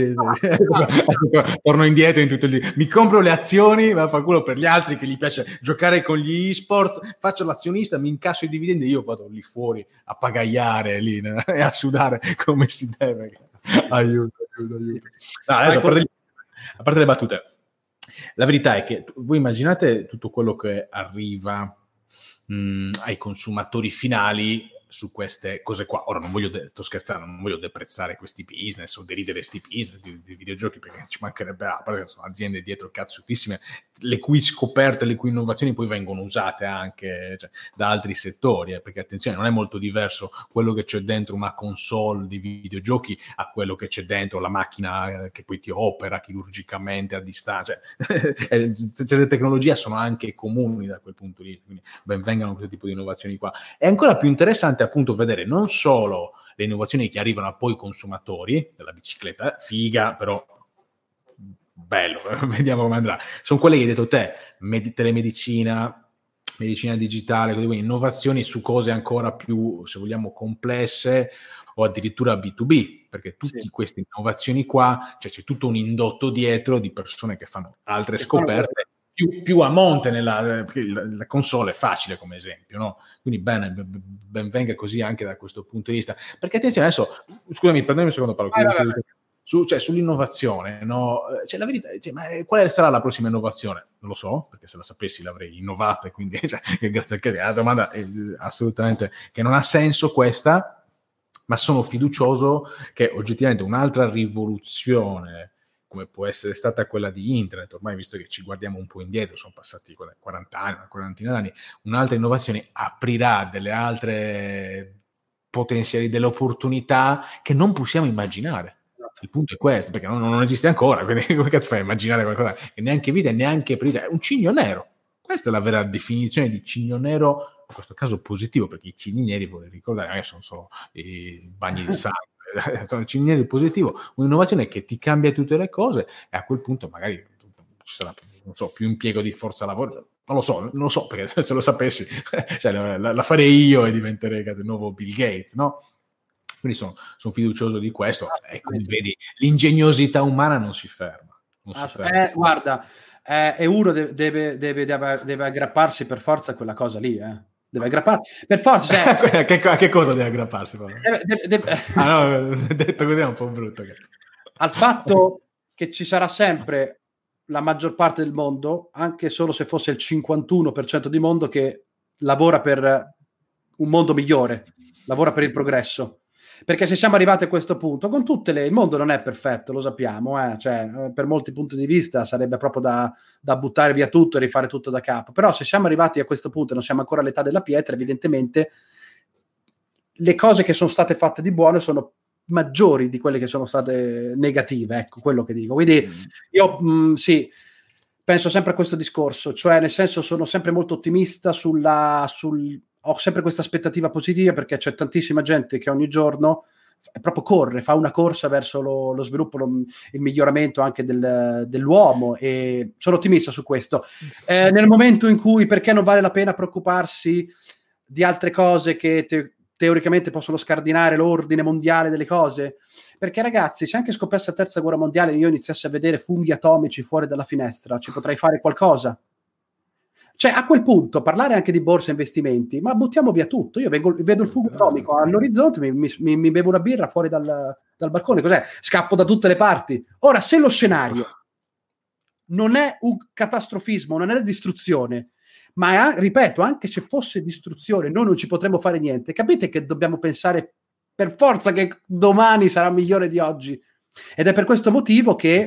Torno indietro in tutto il giorno. Mi compro le azioni, ma fanculo per gli altri che gli piace giocare con gli e-sports, faccio l'azionista, mi incasso i dividendi e io vado lì fuori a pagagliare lì e a sudare come si deve. Aiuto. No, adesso, a parte le battute, la verità è che voi immaginate tutto quello che arriva ai consumatori finali su queste cose qua. Ora non voglio sto scherzando, non voglio deprezzare questi business o deridere questi business di videogiochi, perché ci mancherebbe perché sono aziende dietro cazzutissime, le cui scoperte, le cui innovazioni poi vengono usate anche da altri settori, perché attenzione, non è molto diverso quello che c'è dentro una console di videogiochi a quello che c'è dentro la macchina che poi ti opera chirurgicamente a distanza. Le tecnologie sono anche comuni da quel punto di vista, quindi ben vengano questo tipo di innovazioni qua. È ancora più interessante appunto vedere non solo le innovazioni che arrivano a poi ai consumatori della bicicletta, figa, però bello, vediamo come andrà. Sono quelle che hai detto te, telemedicina, medicina digitale, quindi innovazioni su cose ancora più, se vogliamo, complesse o addirittura B2B, perché tutte queste innovazioni qua, c'è tutto un indotto dietro di persone che fanno altre scoperte più a monte perché la console è facile come esempio, no? Quindi ben venga così anche da questo punto di vista, perché attenzione adesso, scusami, prendimi un secondo Paolo, sull'innovazione, no? La verità, ma quale sarà la prossima innovazione? Non lo so, perché se la sapessi l'avrei innovata, e quindi grazie a te, è una domanda assolutamente che non ha senso questa, ma sono fiducioso che oggettivamente un'altra rivoluzione come può essere stata quella di internet, ormai visto che ci guardiamo un po' indietro, sono passati 40 anni, una quarantina d'anni, un'altra innovazione aprirà delle altre potenziali, delle opportunità che non possiamo immaginare. Il punto è questo, perché non esiste ancora, quindi come cazzo fai a immaginare qualcosa che neanche vede, neanche presa? È un cigno nero. Questa è la vera definizione di cigno nero, in questo caso positivo, perché i cigni neri, vorrei ricordare, sono solo i bagni di sangue. Cigniere positivo, un'innovazione che ti cambia tutte le cose e a quel punto magari ci sarà, non so, più impiego di forza lavoro, non lo so perché se lo sapessi la farei io e diventerei il nuovo Bill Gates, no? Quindi sono fiducioso di questo e come vedi l'ingegnosità umana non si ferma. Guarda, e uno deve aggrapparsi per forza a quella cosa lì, deve aggrapparsi per forza, cioè, a che cosa deve aggrapparsi? No, detto così è un po' brutto. Al fatto che ci sarà sempre la maggior parte del mondo, anche solo se fosse il 51% di mondo, che lavora per un mondo migliore, lavora per il progresso. Perché se siamo arrivati a questo punto, con tutte il mondo non è perfetto, lo sappiamo, cioè, per molti punti di vista sarebbe proprio da buttare via tutto e rifare tutto da capo. Però se siamo arrivati a questo punto e non siamo ancora all'età della pietra, evidentemente le cose che sono state fatte di buono sono maggiori di quelle che sono state negative, ecco quello che dico. Quindi io sì, penso sempre a questo discorso, cioè nel senso sono sempre molto ottimista ho sempre questa aspettativa positiva, perché c'è tantissima gente che ogni giorno proprio fa una corsa verso lo sviluppo, il miglioramento anche dell'uomo, e sono ottimista su questo. Nel momento in cui, perché non vale la pena preoccuparsi di altre cose che teoricamente possono scardinare l'ordine mondiale delle cose? Perché ragazzi, se anche scoppiasse la terza guerra mondiale e io iniziassi a vedere funghi atomici fuori dalla finestra, ci potrei fare qualcosa? Cioè, a quel punto parlare anche di borsa e investimenti, ma buttiamo via tutto. Io vedo il fungo atomico all'orizzonte, mi bevo una birra fuori dal balcone, cos'è? Scappo da tutte le parti. Ora, se lo scenario non è un catastrofismo, non è distruzione, ma ripeto, anche se fosse distruzione, noi non ci potremmo fare niente. Capite che dobbiamo pensare per forza che domani sarà migliore di oggi? Ed è per questo motivo che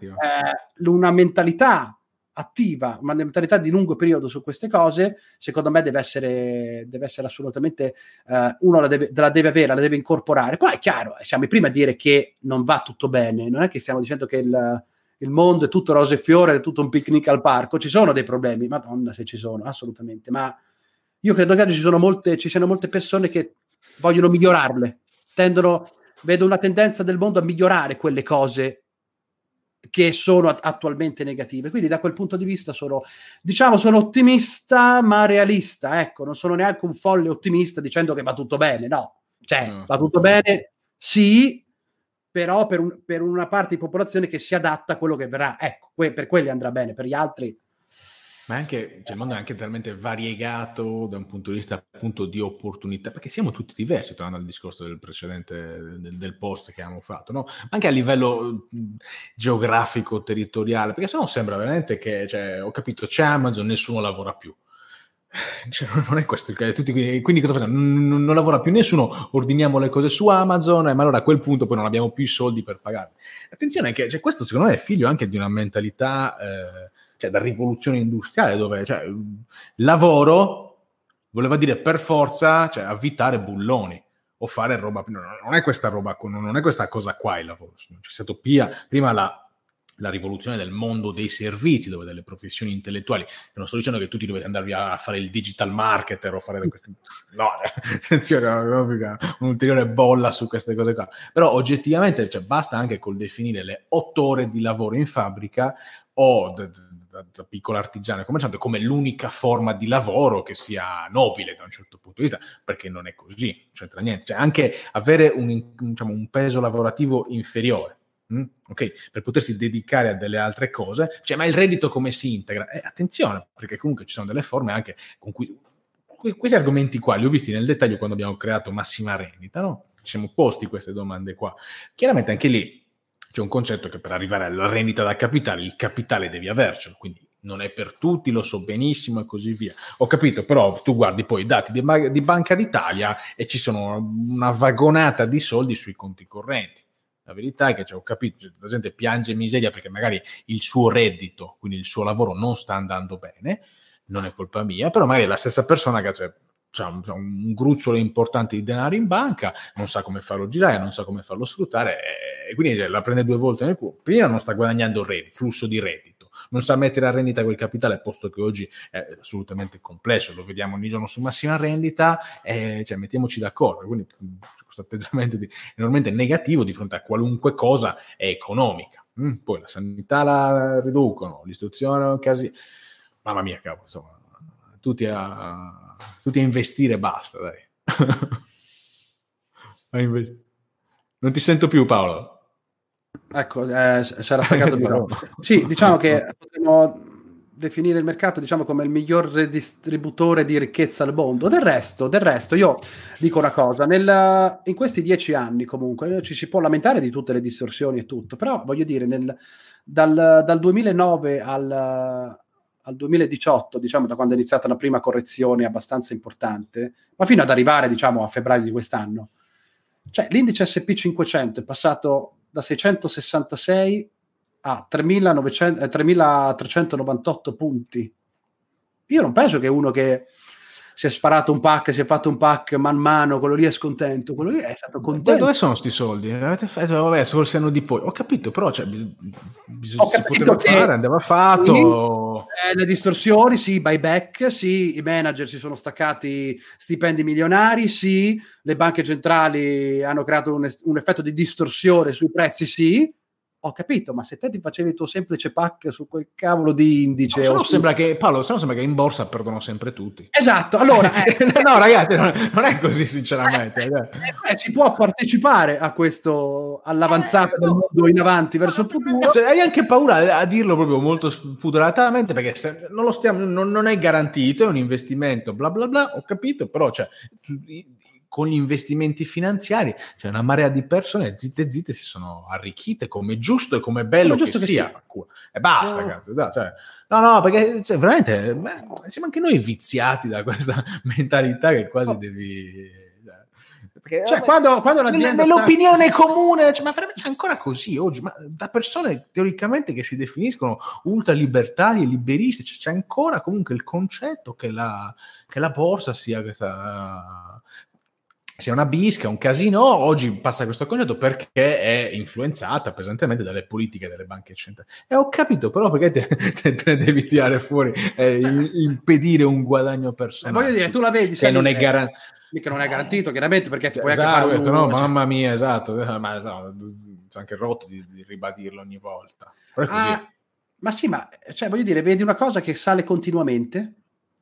una mentalità attiva, una mentalità di lungo periodo su queste cose, secondo me deve essere assolutamente uno la deve avere, la deve incorporare. Poi è chiaro, siamo i primi a dire che non va tutto bene, non è che stiamo dicendo che il mondo è tutto rose e fiore, è tutto un picnic al parco, ci sono dei problemi, madonna se ci sono, assolutamente, ma io credo che oggi ci siano molte persone che vogliono migliorarle, vedo una tendenza del mondo a migliorare quelle cose che sono attualmente negative. Quindi da quel punto di vista sono ottimista ma realista, ecco, non sono neanche un folle ottimista dicendo che va tutto bene, no, cioè va tutto bene, sì, però per una parte di popolazione che si adatta a quello che verrà, ecco, per quelli andrà bene, per gli altri. Ma anche, il mondo è anche talmente variegato da un punto di vista appunto di opportunità, perché siamo tutti diversi, tornando al discorso del precedente, del post che abbiamo fatto, no? Anche a livello geografico, territoriale, perché sennò sembra veramente che, cioè, ho capito, c'è Amazon, nessuno lavora più. Cioè, non è questo il caso, quindi cosa facciamo? Non lavora più nessuno, ordiniamo le cose su Amazon, ma allora a quel punto poi non abbiamo più i soldi per pagarli. Attenzione che questo secondo me è figlio anche di una mentalità da rivoluzione industriale, dove lavoro voleva dire per forza avvitare bulloni o fare roba. Non è questa roba, non è questa cosa qua il lavoro. C'è stato prima la rivoluzione del mondo dei servizi, dove delle professioni intellettuali, non sto dicendo che tutti dovete andarvi a fare il digital marketer o fare queste, no, attenzione, un'ulteriore bolla su queste cose qua, però oggettivamente basta anche col definire le 8 ore di lavoro in fabbrica o da piccolo artigiano e commerciante come l'unica forma di lavoro che sia nobile da un certo punto di vista, perché non è così, non c'entra niente, anche avere un peso lavorativo inferiore, ok, per potersi dedicare a delle altre cose, ma il reddito come si integra? Attenzione, perché comunque ci sono delle forme anche con cui questi argomenti qua li ho visti nel dettaglio quando abbiamo creato Massima Rendita, no? Ci siamo posti queste domande qua. Chiaramente anche lì c'è un concetto che per arrivare alla rendita da capitale, il capitale devi avercelo, quindi non è per tutti, lo so benissimo e così via. Ho capito, però tu guardi poi i dati di Banca d'Italia e ci sono una vagonata di soldi sui conti correnti. La verità è che ho capito, la gente piange miseria perché magari il suo reddito, quindi il suo lavoro non sta andando bene, non è colpa mia, però magari è la stessa persona che c'ha un gruzzolo importante di denaro in banca, non sa come farlo girare, non sa come farlo sfruttare e quindi la prende 2 volte nel culo. Prima non sta guadagnando flusso di reddito, non sa mettere a rendita quel capitale, posto che oggi è assolutamente complesso, lo vediamo ogni giorno su Massima Rendita, mettiamoci d'accordo, quindi questo atteggiamento enormemente negativo di fronte a qualunque cosa è economica. Poi la sanità la riducono, l'istruzione, casi, mamma mia, cavolo, insomma, tutti a investire, basta, dai. Non ti sento più, Paolo. Ecco, c'era staccato di no. Sì, diciamo che potremmo definire il mercato, diciamo, come il miglior redistributore di ricchezza al mondo. Del resto, io dico una cosa, in questi 10 anni comunque ci si può lamentare di tutte le distorsioni e tutto, però voglio dire, dal 2009 al 2018, diciamo, da quando è iniziata la prima correzione abbastanza importante, ma fino ad arrivare, diciamo, a febbraio di quest'anno, cioè l'indice S&P 500 è passato da 666 a 3.398 punti. Io non penso che uno che si è sparato un pack, si è fatto un pack man mano, quello lì è scontento, quello lì è stato contento. Dove sono sti soldi? Avete fatto, vabbè, col senno di poi. Ho capito, però si poteva fare, andava fatto. Sì, le distorsioni, sì, i buyback, sì, i manager si sono staccati stipendi milionari, sì, le banche centrali hanno creato un effetto di distorsione sui prezzi, sì. Ho capito, ma se te ti facevi il tuo semplice pack su quel cavolo di indice... No, sembra che, Paolo, sembra che in borsa perdono sempre tutti. Esatto, allora... no, ragazzi, non è così, sinceramente. Si può partecipare a questo, all'avanzata del mondo in avanti verso il futuro. Hai anche paura a dirlo proprio molto spudoratamente, perché non è garantito, è un investimento, bla bla bla, ho capito, però cioè... con gli investimenti finanziari c'è una marea di persone zitte si sono arricchite, come giusto e come bello che sia. E basta, cazzo. Cioè, no, perché cioè, veramente siamo anche noi viziati da questa mentalità che quasi devi... Perché, cioè, quando l'azienda nell'opinione comune, cioè, ma veramente c'è ancora così oggi, ma da persone teoricamente che si definiscono ultralibertari e liberisti, cioè, c'è ancora comunque il concetto che la borsa sia questa... sia una bisca, un casino. Oggi passa questo concetto perché è influenzata pesantemente dalle politiche delle banche centrali. E ho capito, però perché te ne devi tirare fuori e impedire un guadagno personale? Voglio dire, tu la vedi, che non è garantito, chiaramente, perché ti puoi anche fare un... no, mamma mia, esatto, ma no, c'è anche rotto di ribadirlo ogni volta. Però è così. Ma sì, ma cioè, voglio dire, vedi una cosa che sale continuamente,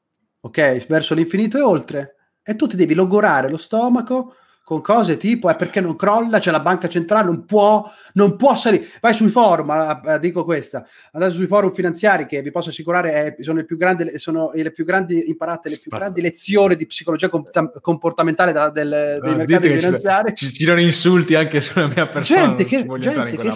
ok, verso l'infinito e oltre, e tu ti devi logorare lo stomaco con cose tipo perché non crolla, c'è la banca centrale, non può salire. Vai sui forum, dico questa, andate sui forum finanziari che vi posso assicurare sono le più grandi imparate le più grandi lezioni di psicologia comportamentale dei mercati finanziari. Ci girano insulti anche sulla mia persona. Gente che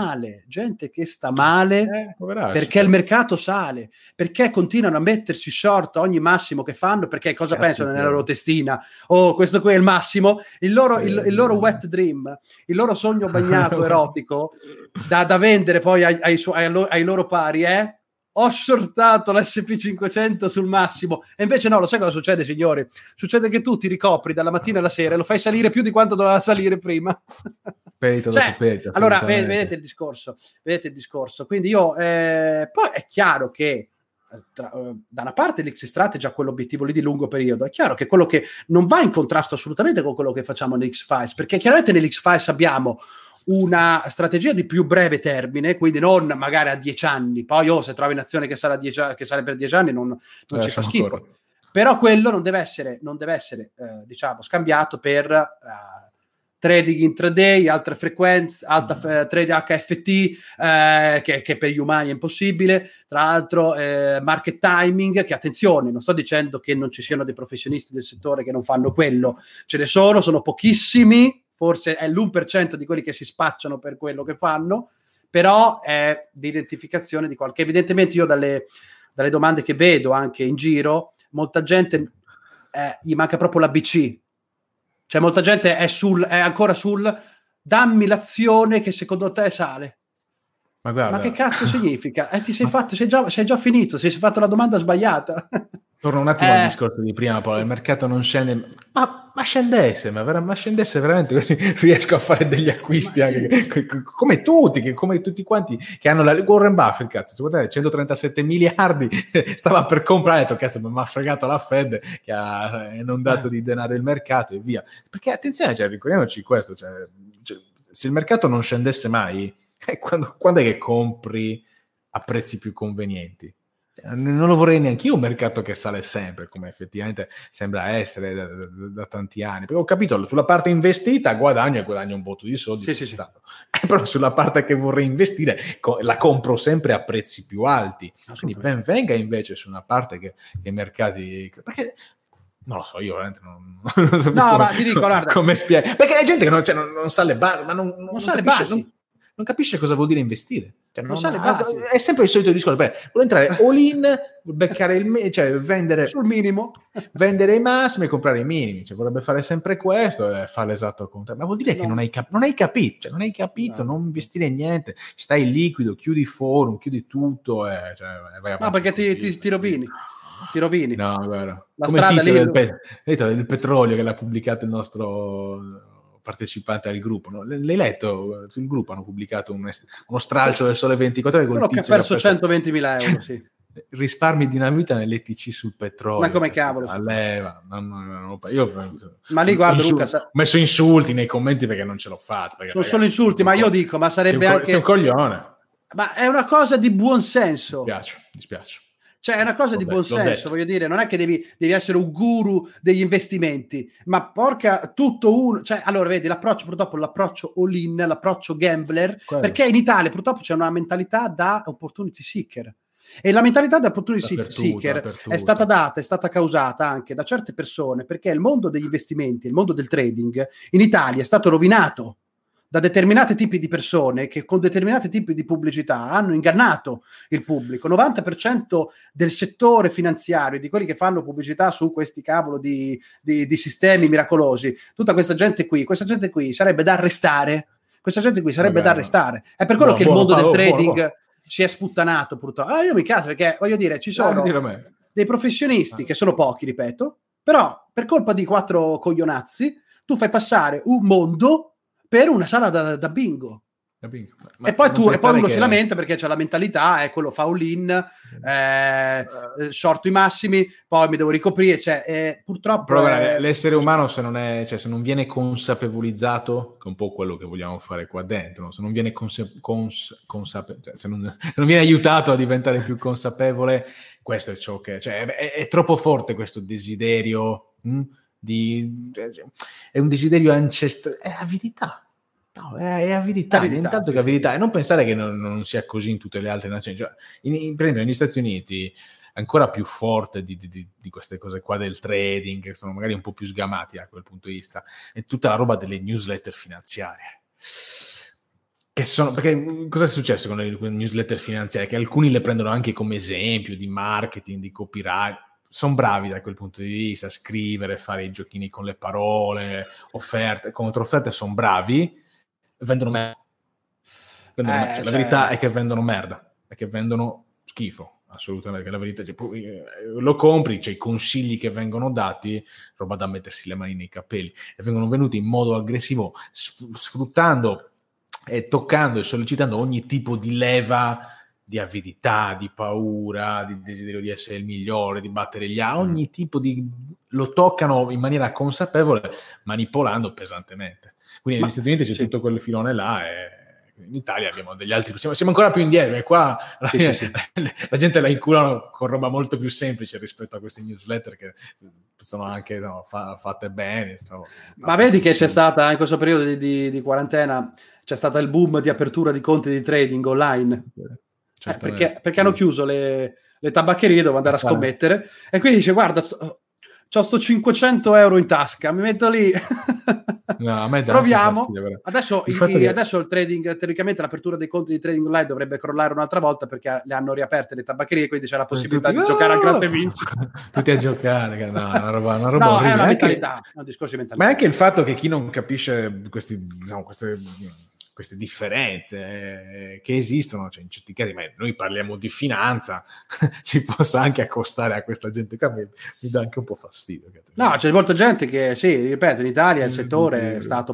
sta male perché il mercato sale, perché continuano a metterci short ogni massimo che fanno, perché cosa pensano nella loro testina? Questo qui è il massimo. Il loro wet dream, il loro sogno bagnato erotico da vendere poi ai loro pari è: ho shortato l'S&P 500 sul massimo. E invece no, lo sai cosa succede, signori? Succede che tu ti ricopri dalla mattina alla sera e lo fai salire più di quanto doveva salire prima. Allora vedete il discorso, quindi io poi è chiaro che da una parte l'X Strategy ha quell'obiettivo lì di lungo periodo. È chiaro che quello che non va in contrasto assolutamente con quello che facciamo nell'X-Files, perché chiaramente nell'X-Files abbiamo una strategia di più breve termine, quindi non magari a 10 anni, poi se trovi un'azione che sale per 10 anni non ci fa schifo. Ancora. Però quello non deve essere diciamo scambiato per trading intraday, altre frequenze, trade HFT, che per gli umani è impossibile. Tra l'altro market timing, che attenzione, non sto dicendo che non ci siano dei professionisti del settore che non fanno quello, ce ne sono pochissimi, forse è l'1% di quelli che si spacciano per quello che fanno, però è di identificazione di qualche... Evidentemente io dalle domande che vedo anche in giro, molta gente gli manca proprio l'ABC. Cioè molta gente è ancora sul dammi l'azione che secondo te sale. Ma che cazzo significa? Sei già finito, sei fatto la domanda sbagliata. Torno un attimo al discorso di prima, Paolo. Il mercato non scende, ma scendesse, ma scendesse veramente, così riesco a fare degli acquisti anche come tutti quanti che hanno la Warren Buffett, cazzo, 137 miliardi, stava per comprare, ha detto cazzo, ma mi ha fregato la Fed che ha inondato di denaro il mercato e via. Perché attenzione, ricordiamoci questo, se il mercato non scendesse mai, quando è che compri a prezzi più convenienti? Non lo vorrei neanche io un mercato che sale sempre, come effettivamente sembra essere da tanti anni. Perché ho capito, sulla parte investita guadagno un botto di soldi. Sì. Però sulla parte che vorrei investire la compro sempre a prezzi più alti. Quindi ben venga invece su una parte che i mercati... Perché... Non lo so, io veramente non so ma ti dico, guarda, come spiegare. Perché la gente che non sa le basi, ma non sa le capisce, basi. Non capisce cosa vuol dire investire. Non sa le basi. È sempre il solito discorso. Vuole entrare all in, beccare cioè vendere sul minimo, vendere i massimi e comprare i minimi. Cioè, vorrebbe fare sempre questo e fa l'esatto contrario. Ma vuol dire che non hai capito. Cioè, non hai capito, non investire in niente. Stai liquido, chiudi i forum, chiudi tutto. Vai avanti. No, perché ti rovini. Ti rovini. No, guarda. La come strada il lì del petrolio che l'ha pubblicato il nostro partecipante al gruppo, no? L'hai letto? Sul gruppo hanno pubblicato uno stralcio del Sole 24 Ore. Quello che ha perso 120.000 euro, sì. Risparmi di una vita nell'ETC sul petrolio. Ma come cavolo? Ma lì guarda, Luca, ho messo insulti nei commenti perché non ce l'ho fatto. Sono solo insulti, ma io dico, ma sarebbe anche... Sei un coglione. Ma è una cosa di buon senso. Mi dispiace. Cioè è una cosa di buon senso, voglio dire, non è che devi essere un guru degli investimenti, ma porca tutto uno, cioè allora vedi l'approccio all-in, l'approccio gambler, perché in Italia purtroppo c'è una mentalità da opportunity seeker. E la mentalità da opportunity seeker è stata data, è stata causata anche da certe persone, perché il mondo degli investimenti, il mondo del trading in Italia è stato rovinato da determinati tipi di persone che con determinati tipi di pubblicità hanno ingannato il pubblico. 90% del settore finanziario, di quelli che fanno pubblicità su questi cavolo di sistemi miracolosi, tutta questa gente qui sarebbe da arrestare. Questa gente qui sarebbe da arrestare. È per quello che il mondo del trading si è sputtanato, purtroppo. Io mi caso perché, voglio dire, ci sono dei professionisti che sono pochi, ripeto, però per colpa di 4 coglionazzi tu fai passare un mondo per una sala da bingo. E poi uno si lamenta perché c'è la mentalità, quello fa all-in, shorto i massimi, poi mi devo ricoprire, cioè purtroppo... Però l'essere umano se non viene consapevolizzato, che è un po' quello che vogliamo fare qua dentro, no? Se non viene se non viene aiutato a diventare più consapevole, questo è ciò che... Cioè, è troppo forte questo desiderio... è un desiderio ancestrale, è avidità. No, è avidità, nient'altro che avidità. E non pensare che non sia così in tutte le altre nazioni. Cioè, per esempio, negli Stati Uniti è ancora più forte di queste cose qua del trading, che sono magari un po' più sgamati a quel punto di vista. È tutta la roba delle newsletter finanziarie. Perché cosa è successo con le newsletter finanziarie? Che alcuni le prendono anche come esempio di marketing, di copyright. Sono bravi da quel punto di vista, scrivere, fare i giochini con le parole, offerte, controfferte, sono bravi, vendono merda. Cioè, la verità è che vendono merda, è che vendono schifo, assolutamente, la verità, cioè, lo compri, c'è i consigli che vengono dati, roba da mettersi le mani nei capelli, e vengono venuti in modo aggressivo, sfruttando e toccando e sollecitando ogni tipo di leva di avidità, di paura, di desiderio di essere il migliore, di battere gli altri, ogni tipo di... lo toccano in maniera consapevole, manipolando pesantemente. Quindi negli Stati Uniti c'è tutto quel filone là e in Italia abbiamo degli altri... Siamo ancora più indietro e qua la gente la inculano con roba molto più semplice rispetto a queste newsletter che sono anche fatte bene. Ma vedi che c'è stata in questo periodo di quarantena, c'è stato il boom di apertura di conti di trading online. Perché hanno chiuso le tabaccherie dove andare a scommettere e quindi dice guarda c'ho sto 500 euro in tasca, mi metto lì. No, a me proviamo adesso il trading, teoricamente l'apertura dei conti di trading online dovrebbe crollare un'altra volta perché le hanno riaperte le tabaccherie, quindi c'è la possibilità di giocare a gratta e vinci tutti a giocare. No, una roba no, è una mentalità, un discorso di mentalità. Ma è anche il fatto che chi non capisce queste differenze che esistono, cioè in certi casi, ma noi parliamo di finanza, ci possa anche accostare a questa gente qua, mi dà anche un po' fastidio. No, c'è molta gente che, sì, ripeto, in Italia il settore è stato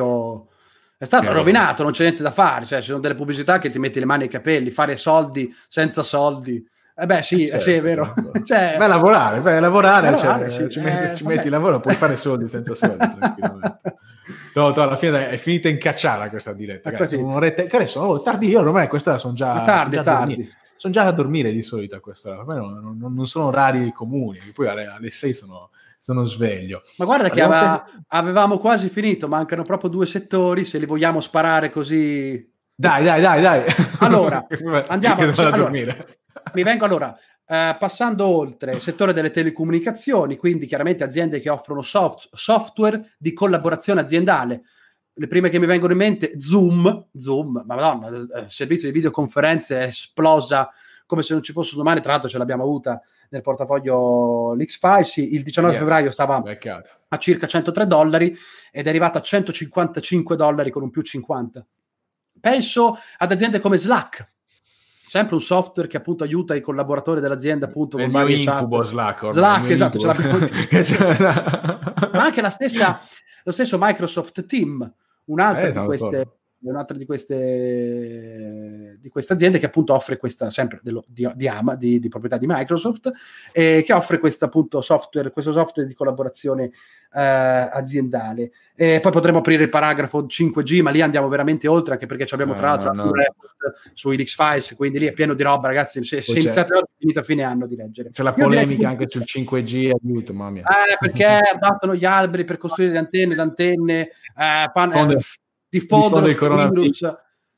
rovinato, non c'è niente da fare, cioè ci sono delle pubblicità che ti metti le mani ai capelli, fare soldi senza soldi. Sì, è vero. Cioè, vai a lavorare, ci metti lavoro, puoi fare soldi senza soldi, tranquillamente. Alla fine è finita in cacciara questa diretta. Che sono tardi, io ormai questa sono già tardi. sono già a dormire di solito a quest'ora, non sono orari comuni, poi alle 6 sono sveglio. Ma guarda che avevamo quasi finito, mancano proprio 2 settori, se li vogliamo sparare così. Dai. Allora, andiamo a dormire. Mi vengo passando oltre, settore delle telecomunicazioni, quindi chiaramente aziende che offrono software di collaborazione aziendale. Le prime che mi vengono in mente, Zoom, madonna, il servizio di videoconferenze è esplosa come se non ci fosse domani, tra l'altro ce l'abbiamo avuta nel portafoglio l'X-Files, il 19 febbraio stava a circa $103 ed è arrivata a $155 con un più 50. Penso ad aziende come Slack, sempre un software che appunto aiuta i collaboratori dell'azienda appunto con varie incubo chat. Slack, esatto, ce l'abbiamo. Ma anche lo stesso Microsoft Team, un'altra di queste aziende che appunto offre questa, sempre di proprietà di Microsoft, che offre questo software di collaborazione aziendale. Poi potremmo aprire il paragrafo 5G, ma lì andiamo veramente oltre, anche perché abbiamo tra l'altro sui X-Files, quindi lì è pieno di roba, ragazzi. Se iniziate oggi, finito a fine anno di leggere. C'è la polemica anche sul 5G, aiuto, mamma mia. Perché abbattono gli alberi per costruire le antenne, diffondono il coronavirus.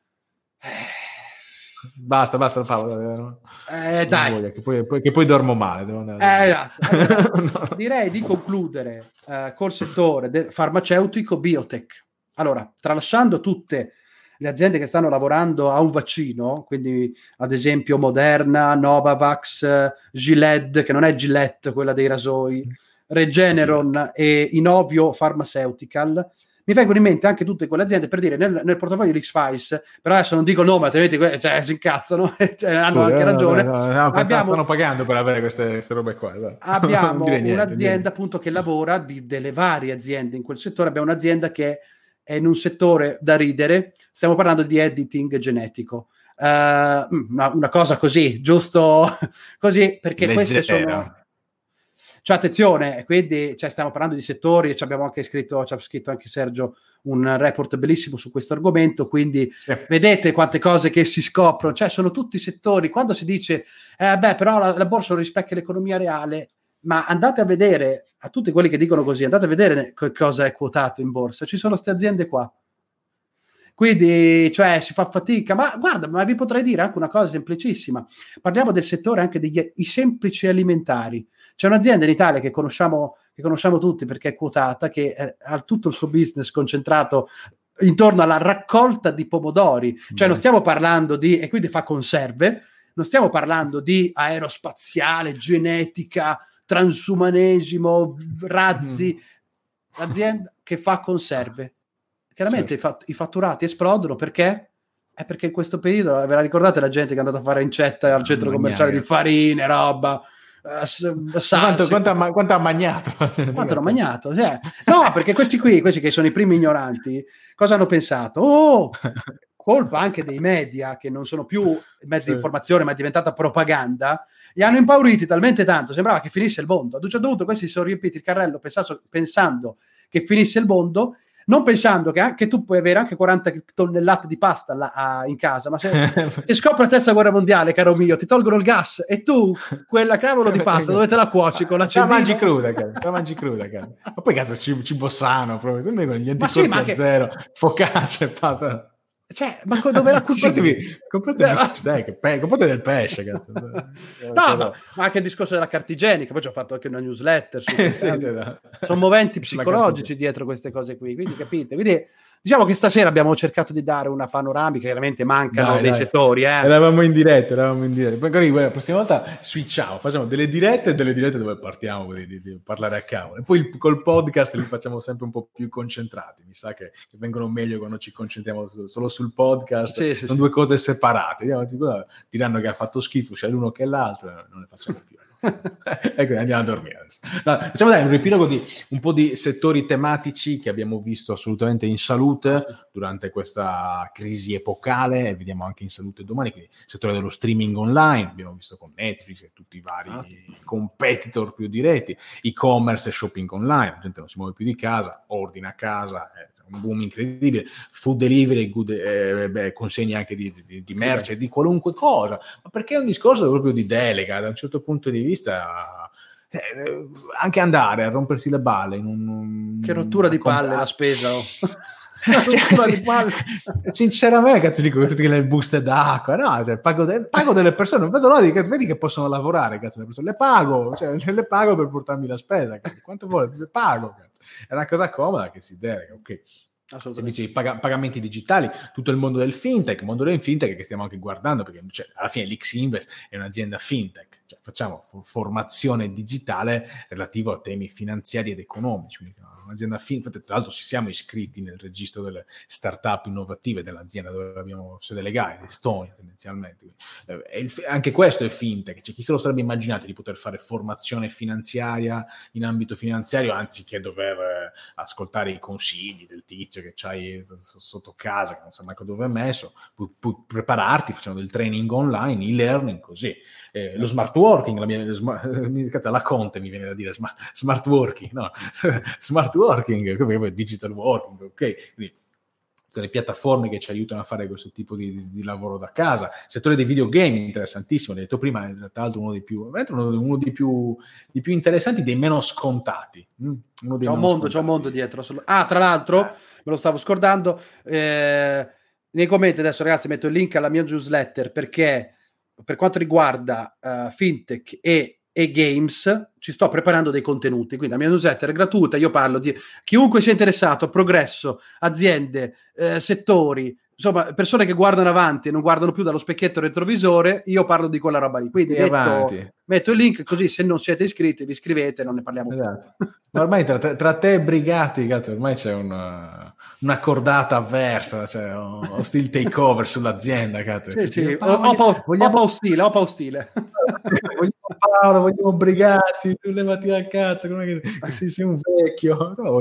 Basta Paolo. Dai. Che poi dormo male. Allora, direi di concludere col settore farmaceutico biotech. Allora, tralasciando tutte le aziende che stanno lavorando a un vaccino, quindi ad esempio Moderna, Novavax, Gilead, che non è Gillette, quella dei rasoi, Regeneron e Inovio Pharmaceutical, mi vengono in mente anche tutte quelle aziende, per dire, nel portafoglio di X-Files, però adesso non dico nome, altrimenti si incazzano, hanno anche ragione. Stanno pagando per avere queste robe qua. Abbiamo un'azienda appunto che lavora, delle varie aziende in quel settore, abbiamo un'azienda che è in un settore da ridere, stiamo parlando di editing genetico. Una cosa così, giusto così, perché leggera. Queste sono... Cioè, attenzione, quindi stiamo parlando di settori, ci abbiamo anche scritto anche Sergio un report bellissimo su questo argomento, quindi vedete quante cose che si scoprono, sono tutti settori. Quando si dice però la borsa non rispecchia l'economia reale, ma andate a vedere, a tutti quelli che dicono così, andate a vedere cosa è quotato in borsa, ci sono queste aziende qua. Quindi, si fa fatica, ma guarda, ma vi potrei dire anche una cosa semplicissima. Parliamo del settore anche dei semplici alimentari. C'è un'azienda in Italia che conosciamo tutti perché è quotata, che ha tutto il suo business concentrato intorno alla raccolta di pomodori. Non stiamo parlando e quindi fa conserve, non stiamo parlando di aerospaziale, genetica, transumanesimo, razzi. L'azienda che fa conserve. Chiaramente i fatturati esplodono perché? È perché in questo periodo, ve la ricordate la gente che è andata a fare incetta al centro commerciale di farine, roba, quanto ha magnato? Quanto hanno magnato? No, perché questi che sono i primi ignoranti, cosa hanno pensato? Colpa anche dei media, che non sono più mezzi di informazione, ma è diventata propaganda, li hanno impauriti talmente tanto, sembrava che finisse il mondo. Ad un certo punto questi si sono riempiti il carrello pensando che finisse il mondo, non pensando che tu puoi avere anche 40 tonnellate di pasta in casa, ma se scopre la terza guerra mondiale, caro mio, ti tolgono il gas e tu quella cavolo di pasta dove te la cuoci con la cedina? La mangi cruda, cara. Ma poi cazzo, cibo sano, proprio con gli anticorpi a zero, focaccia, pasta. Ma dove la cucini? Comprate del pesce, cazzo. Ma anche il discorso della carta igienica, poi ci ho fatto anche una newsletter sono moventi psicologici dietro queste cose qui, quindi capite? Quindi diciamo che stasera abbiamo cercato di dare una panoramica, chiaramente mancano dei settori. Eravamo in diretta. Poi la prossima volta switchiamo, facciamo delle dirette dove partiamo di parlare a cavolo. E poi col podcast li facciamo sempre un po' più concentrati. Mi sa che vengono meglio quando ci concentriamo solo sul podcast. Sono due cose separate. Diranno che ha fatto schifo sia l'uno che l'altro, non le facciamo più. Ecco, andiamo a dormire adesso. Facciamo un riepilogo di un po' di settori tematici che abbiamo visto assolutamente in salute durante questa crisi epocale, e vediamo anche in salute domani. Quindi il settore dello streaming online, abbiamo visto con Netflix e tutti i vari competitor più diretti, e-commerce e shopping online, la gente non si muove più di casa, ordina a casa, un boom incredibile, food delivery, consegni anche di merce, di qualunque cosa, ma perché è un discorso proprio di delega, da un certo punto di vista, anche andare a rompersi le balle in che rottura di palle la spesa, sinceramente cazzo dico tutte le buste d'acqua, no, cioè, pago delle persone, non vedo l'ora vedi che possono lavorare, cazzo, le persone le pago, cioè, le pago per portarmi la spesa, cazzo. Quanto vuole, le pago, cazzo. È una cosa comoda che si delega, ok. Se dici pagamenti digitali, tutto il mondo del fintech che stiamo anche guardando, perché cioè, alla fine l'X Invest è un'azienda fintech, cioè, facciamo formazione digitale relativa a temi finanziari ed economici, quindi un'azienda fintech. Tra l'altro ci siamo iscritti nel registro delle start-up innovative dell'azienda dove abbiamo sede legale, l'Estonia tendenzialmente. Anche questo è fintech, cioè, chi se lo sarebbe immaginato di poter fare formazione finanziaria in ambito finanziario anziché dover ascoltare i consigli del tizio che c'hai sotto casa, che non sa mai dove è messo, puoi prepararti facendo del training online, e-learning, così. Lo smart working, la Conte mi viene da dire smart working, no, smart working, digital working, ok? Quindi tutte le piattaforme che ci aiutano a fare questo tipo di lavoro da casa. Il settore dei videogame interessantissimo, l'hai detto prima, è tra l'altro uno dei più interessanti, dei meno scontati. C'è un mondo dietro. Tra l'altro, me lo stavo scordando, nei commenti adesso ragazzi metto il link alla mia newsletter, perché per quanto riguarda fintech e games ci sto preparando dei contenuti, quindi la mia newsletter è gratuita, io parlo di chiunque sia interessato, progresso, aziende, settori, insomma persone che guardano avanti e non guardano più dallo specchietto retrovisore, io parlo di quella roba lì, quindi metto il link, così se non siete iscritti vi iscrivete, non ne parliamo più. Ma ormai tra te e Brigati, gatto, ormai c'è una cordata avversa, cioè hostile takeover sull'azienda, gatto. Sì. Opa ostile. Paolo, vogliamo Brigati, tu levati dal cazzo, come che sei un vecchio. No.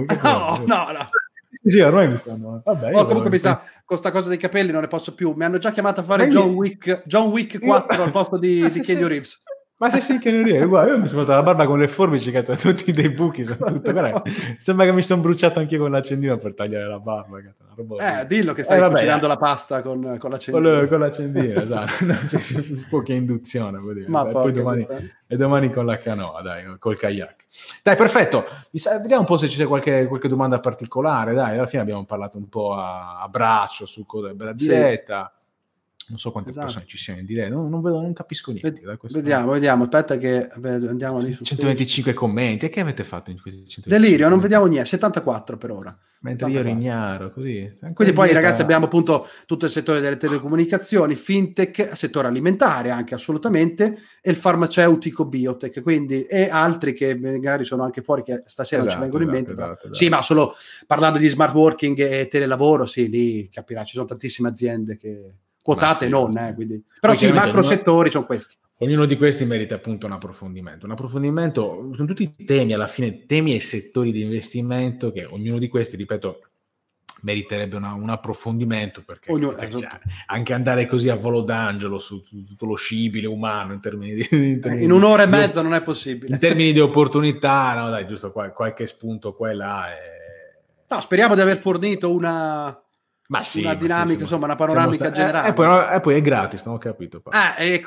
Sì, ormai mi stanno. Vabbè, comunque mi sa, con sta cosa dei capelli non ne posso più. Mi hanno già chiamato a fare John Wick 4 al posto di Keanu Reeves. Ma sì, che non riesco. Guarda, io mi sono fatto la barba con le forbici, cazzo, tutti dei buchi, sono tutto. Guarda, sembra che mi sono bruciato anch'io con l'accendino per tagliare la barba, cazzo. Dillo che stai cucinando la pasta con l'accendino. Con l'accendino, esatto. C'è poca induzione, vuol dire. Poi domani con la canoa, dai, col kayak. Dai, perfetto. Vediamo un po' se c'è qualche domanda particolare, dai. Alla fine abbiamo parlato un po' a braccio sul coda della diretta. Non so quante persone ci siano in diretta, non capisco niente. Vediamo, aspetta che andiamo lì su 125 commenti, e che avete fatto in questi 125? Delirio, non vediamo niente, 74 per ora. Mentre 74. Io ero ignaro, così. Quindi poi ragazzi abbiamo appunto tutto il settore delle telecomunicazioni, fintech, settore alimentare anche assolutamente, e il farmaceutico biotech, quindi e altri che magari sono anche fuori che stasera non ci vengono in mente. Esatto. Sì, ma solo parlando di smart working e telelavoro, sì, lì capirai, ci sono tantissime aziende che quotate quindi. Però sì, i macro settori sono questi. Ognuno di questi merita appunto un approfondimento, sono tutti temi, alla fine temi e settori di investimento che ognuno di questi, ripeto, meriterebbe un approfondimento, perché anche andare così a volo d'angelo su tutto lo scibile umano in termini di in un'ora e mezza non è possibile. In termini di opportunità, no dai, giusto qualche spunto qua e là. No, speriamo di aver fornito una dinamica, insomma, una panoramica generale. E poi è gratis, non ho capito. È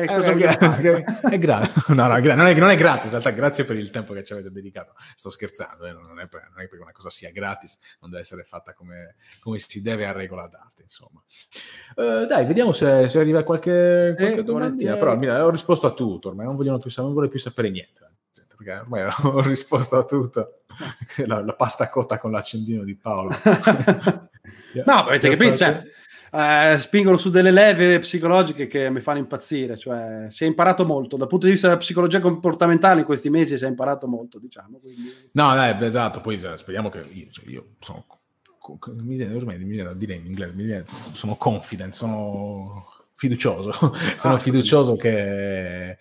gratis. No, non è gratis, in realtà grazie per il tempo che ci avete dedicato. Sto scherzando, non è perché una cosa sia gratis, non deve essere fatta come si deve a regola d'arte, insomma. Dai, vediamo se arriva qualche domandina, però ho risposto a tutto, ormai non vuole più sapere niente. Perché ormai ho risposto a tutto. La pasta cotta con l'accendino di Paolo. No, avete capito? Spingono su delle leve psicologiche che mi fanno impazzire. Cioè, si è imparato molto dal punto di vista della psicologia comportamentale in questi mesi. Si è imparato molto, diciamo. Quindi. No, dai, esatto. Poi speriamo che io sono. Mi viene da dire in inglese. Sono confident, sono fiducioso. Sono fiducioso che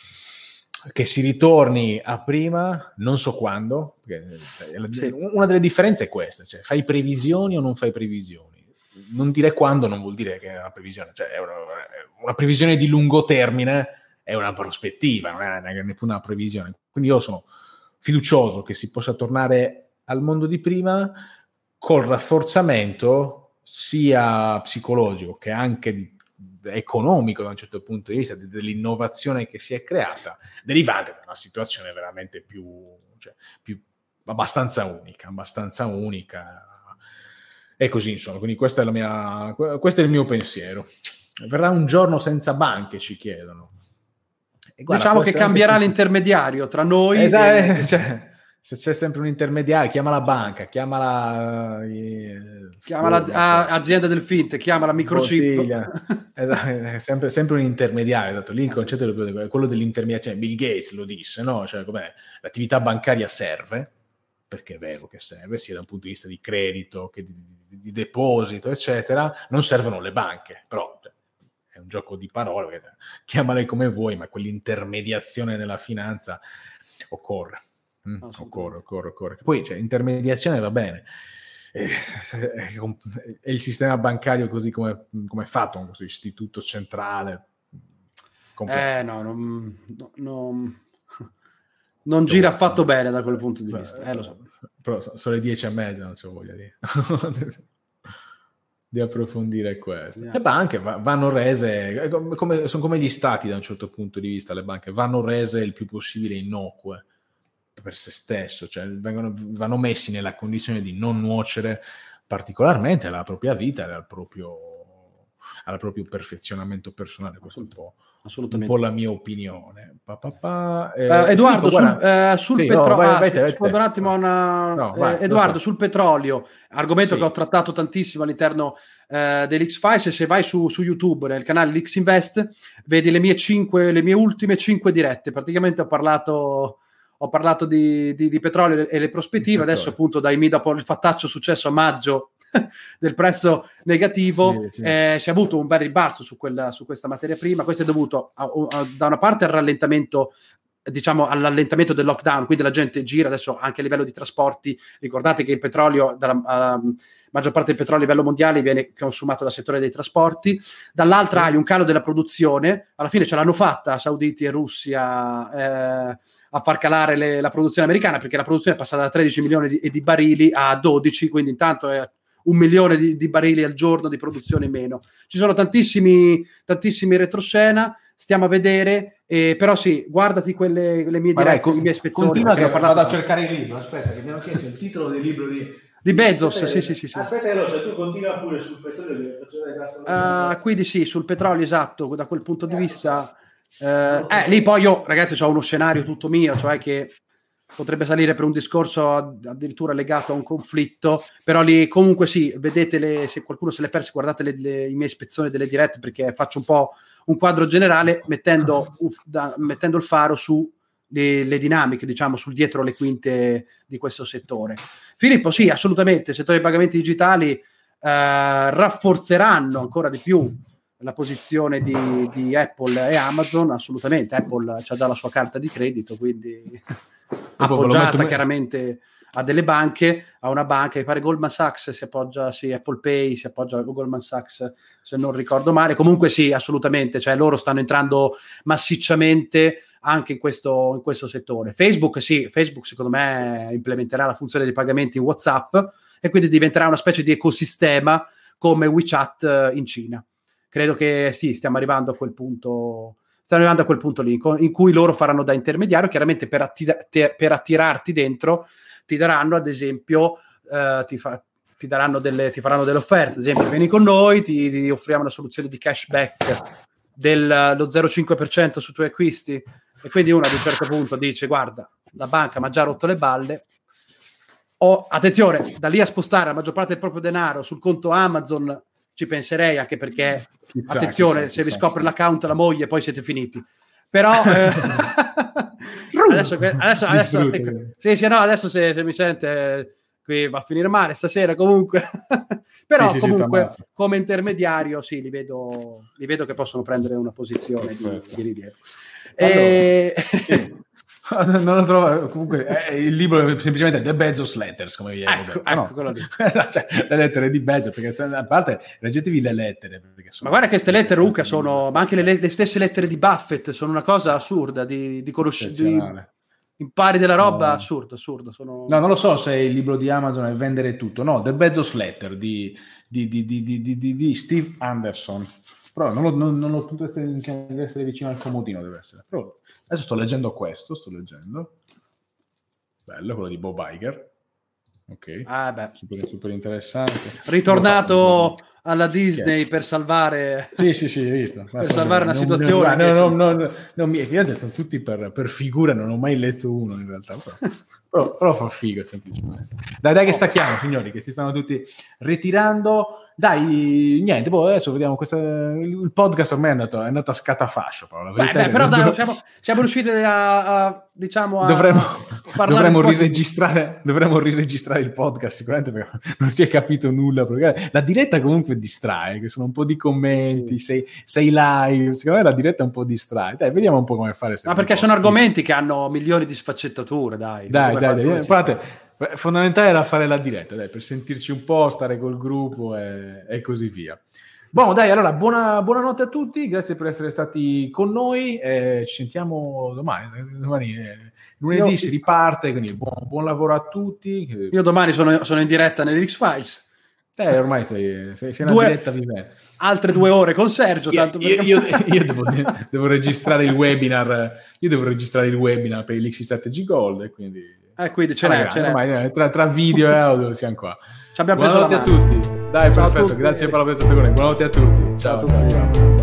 si ritorni a prima, non so quando, perché una delle differenze è questa, cioè fai previsioni o non fai previsioni. Non dire quando non vuol dire che è una previsione, cioè è una previsione di lungo termine, è una prospettiva, non è neppure una previsione. Quindi io sono fiducioso che si possa tornare al mondo di prima, col rafforzamento sia psicologico che anche economico da un certo punto di vista, dell'innovazione che si è creata, derivante da una situazione veramente più abbastanza unica. E così, insomma, quindi questo è il mio pensiero. Verrà un giorno senza banche, ci chiedono. E guarda, diciamo che cambierà l'intermediario tra noi. Esatto, se c'è sempre un intermediario, chiama la banca, chiamala azienda del fintech, chiamala microchip. Esatto, sempre un intermediario. Esatto. Lì il concetto è quello dell'intermediario, cioè Bill Gates lo disse, no? Cioè, l'attività bancaria serve, perché è vero che serve, sia da un punto di vista di credito che di deposito, eccetera. Non servono le banche, però è un gioco di parole, chiamale come vuoi, ma quell'intermediazione nella finanza occorre. Occorre. Poi intermediazione va bene. È il sistema bancario così come è fatto, questo istituto centrale. Non gira affatto bene da quel punto di vista. Lo so. Però sono le 10:30, non c'ho voglia di approfondire questo. Le banche vanno rese, sono come gli stati da un certo punto di vista, le banche vanno rese il più possibile innocue per se stesso, cioè vanno messi nella condizione di non nuocere particolarmente alla propria vita e al proprio perfezionamento personale. Questo è un po' la mia opinione. Edoardo, sul petrolio, Edoardo, sul petrolio, argomento che ho trattato tantissimo all'interno dell'X-Files. Se vai su YouTube nel canale l'X Invest, vedi le mie ultime 5 dirette. Praticamente ho parlato di petrolio e le prospettive. Adesso appunto dopo il fattaccio successo a maggio del prezzo negativo, si è avuto un bel ribalzo su questa materia prima. Questo è dovuto da una parte al rallentamento, diciamo all'allentamento del lockdown, quindi la gente gira adesso anche a livello di trasporti. Ricordate che il petrolio, la maggior parte del petrolio a livello mondiale viene consumato dal settore dei trasporti. Dall'altra hai un calo della produzione, alla fine ce l'hanno fatta sauditi e Russia a far calare la produzione americana, perché la produzione è passata da 13 milioni di barili a 12, quindi intanto è 1 milione di barili al giorno di produzione in meno. Ci sono tantissimi retroscena, stiamo a vedere, però sì, guardati le mie dirette, le mie spezzoni. Continua che vado a cercare il libro, aspetta, che mi hanno chiesto il titolo del libro di Bezos, sì. Aspetta, se tu continua pure sul petrolio. Quindi sì, sul petrolio, esatto, da quel punto di vista. Lì poi io, ragazzi, ho uno scenario tutto mio, cioè che potrebbe salire per un discorso addirittura legato a un conflitto, però lì comunque sì, vedete se qualcuno se l'è perso, guardate i miei spezzoni delle dirette, perché faccio un po' un quadro generale mettendo il faro su le dinamiche, diciamo, sul dietro le quinte di questo settore. Filippo, sì, assolutamente, il settore dei pagamenti digitali rafforzeranno ancora di più la posizione di Apple e Amazon. Assolutamente, Apple c'ha già la sua carta di credito, quindi appoggiata chiaramente a delle banche, a una banca, mi pare Goldman Sachs si appoggia, sì, Apple Pay si appoggia a Goldman Sachs, se non ricordo male. Comunque sì, assolutamente, cioè loro stanno entrando massicciamente anche in questo settore. Facebook secondo me implementerà la funzione dei pagamenti in WhatsApp e quindi diventerà una specie di ecosistema come WeChat in Cina. Credo che sì, stiamo arrivando a quel punto lì, in cui loro faranno da intermediario. Chiaramente per attirarti dentro ti daranno, ad esempio, ti faranno delle offerte. Ad esempio, vieni con noi, ti offriamo una soluzione di cashback dello 0,5% sui tuoi acquisti, e quindi uno ad un certo punto dice: guarda, la banca mi ha già rotto le balle, attenzione, da lì a spostare la maggior parte del proprio denaro sul conto Amazon ci penserei, anche perché attenzione, se vi scopre l'account la moglie poi siete finiti. Però adesso se mi sente qui va a finire male stasera comunque. Però comunque come intermediario sì, li vedo che possono prendere una posizione di rilievo. Non lo trovo, comunque il libro è semplicemente The Bezos Letters, come viene detto. Ecco quello lì. Cioè, le lettere di Bezos, perché a parte leggetevi le lettere, perché ma guarda che queste lettere, Luca, sono, ma anche le stesse lettere di Buffett sono una cosa assurda di conoscenza. impari della roba, assurdo. No, non lo so se il libro di Amazon è Vendere tutto. No, The Bezos Letter di Steve Anderson. Però non lo potuto essere vicino al comodino, deve essere. Però adesso sto leggendo questo, bello, quello di Bob Iger. Ok, super interessante. Ritornato alla Disney per salvare sì, hai visto. Per salvare una situazione. No, sono tutti per figura, non ho mai letto uno in realtà, però fa figo semplicemente. Dai che stacchiamo, signori, che si stanno tutti ritirando. Dai, niente, adesso vediamo il podcast ormai è andato a scatafascio, Paolo. Però dai, siamo riusciti a dovremmo riregistrare il podcast sicuramente, perché non si è capito nulla, perché la diretta comunque distrae, che sono un po' di commenti, sei live, secondo me la diretta un po' distrae. Dai, vediamo un po' come fare. Ma perché sono argomenti che hanno milioni di sfaccettature, dai. Guardate, fondamentale era fare la diretta, dai, per sentirci un po', stare col gruppo e così via. Dai, allora buonanotte a tutti, grazie per essere stati con noi, ci sentiamo domani lunedì si riparte, quindi buon lavoro a tutti. Io domani sono in diretta nell'X-Files. Ormai sei una diretta vivente. Altre 2 ore con Sergio. Io devo registrare il webinar. Io devo registrare il webinar per l'X Strategy Gold, e quindi ce n'è. Ormai, tra video e audio siamo qua. Ci abbiamo preso buonanotte a tutti. Dai, perfetto. Grazie per aver stato con noi. Buonanotte a tutti. Ciao.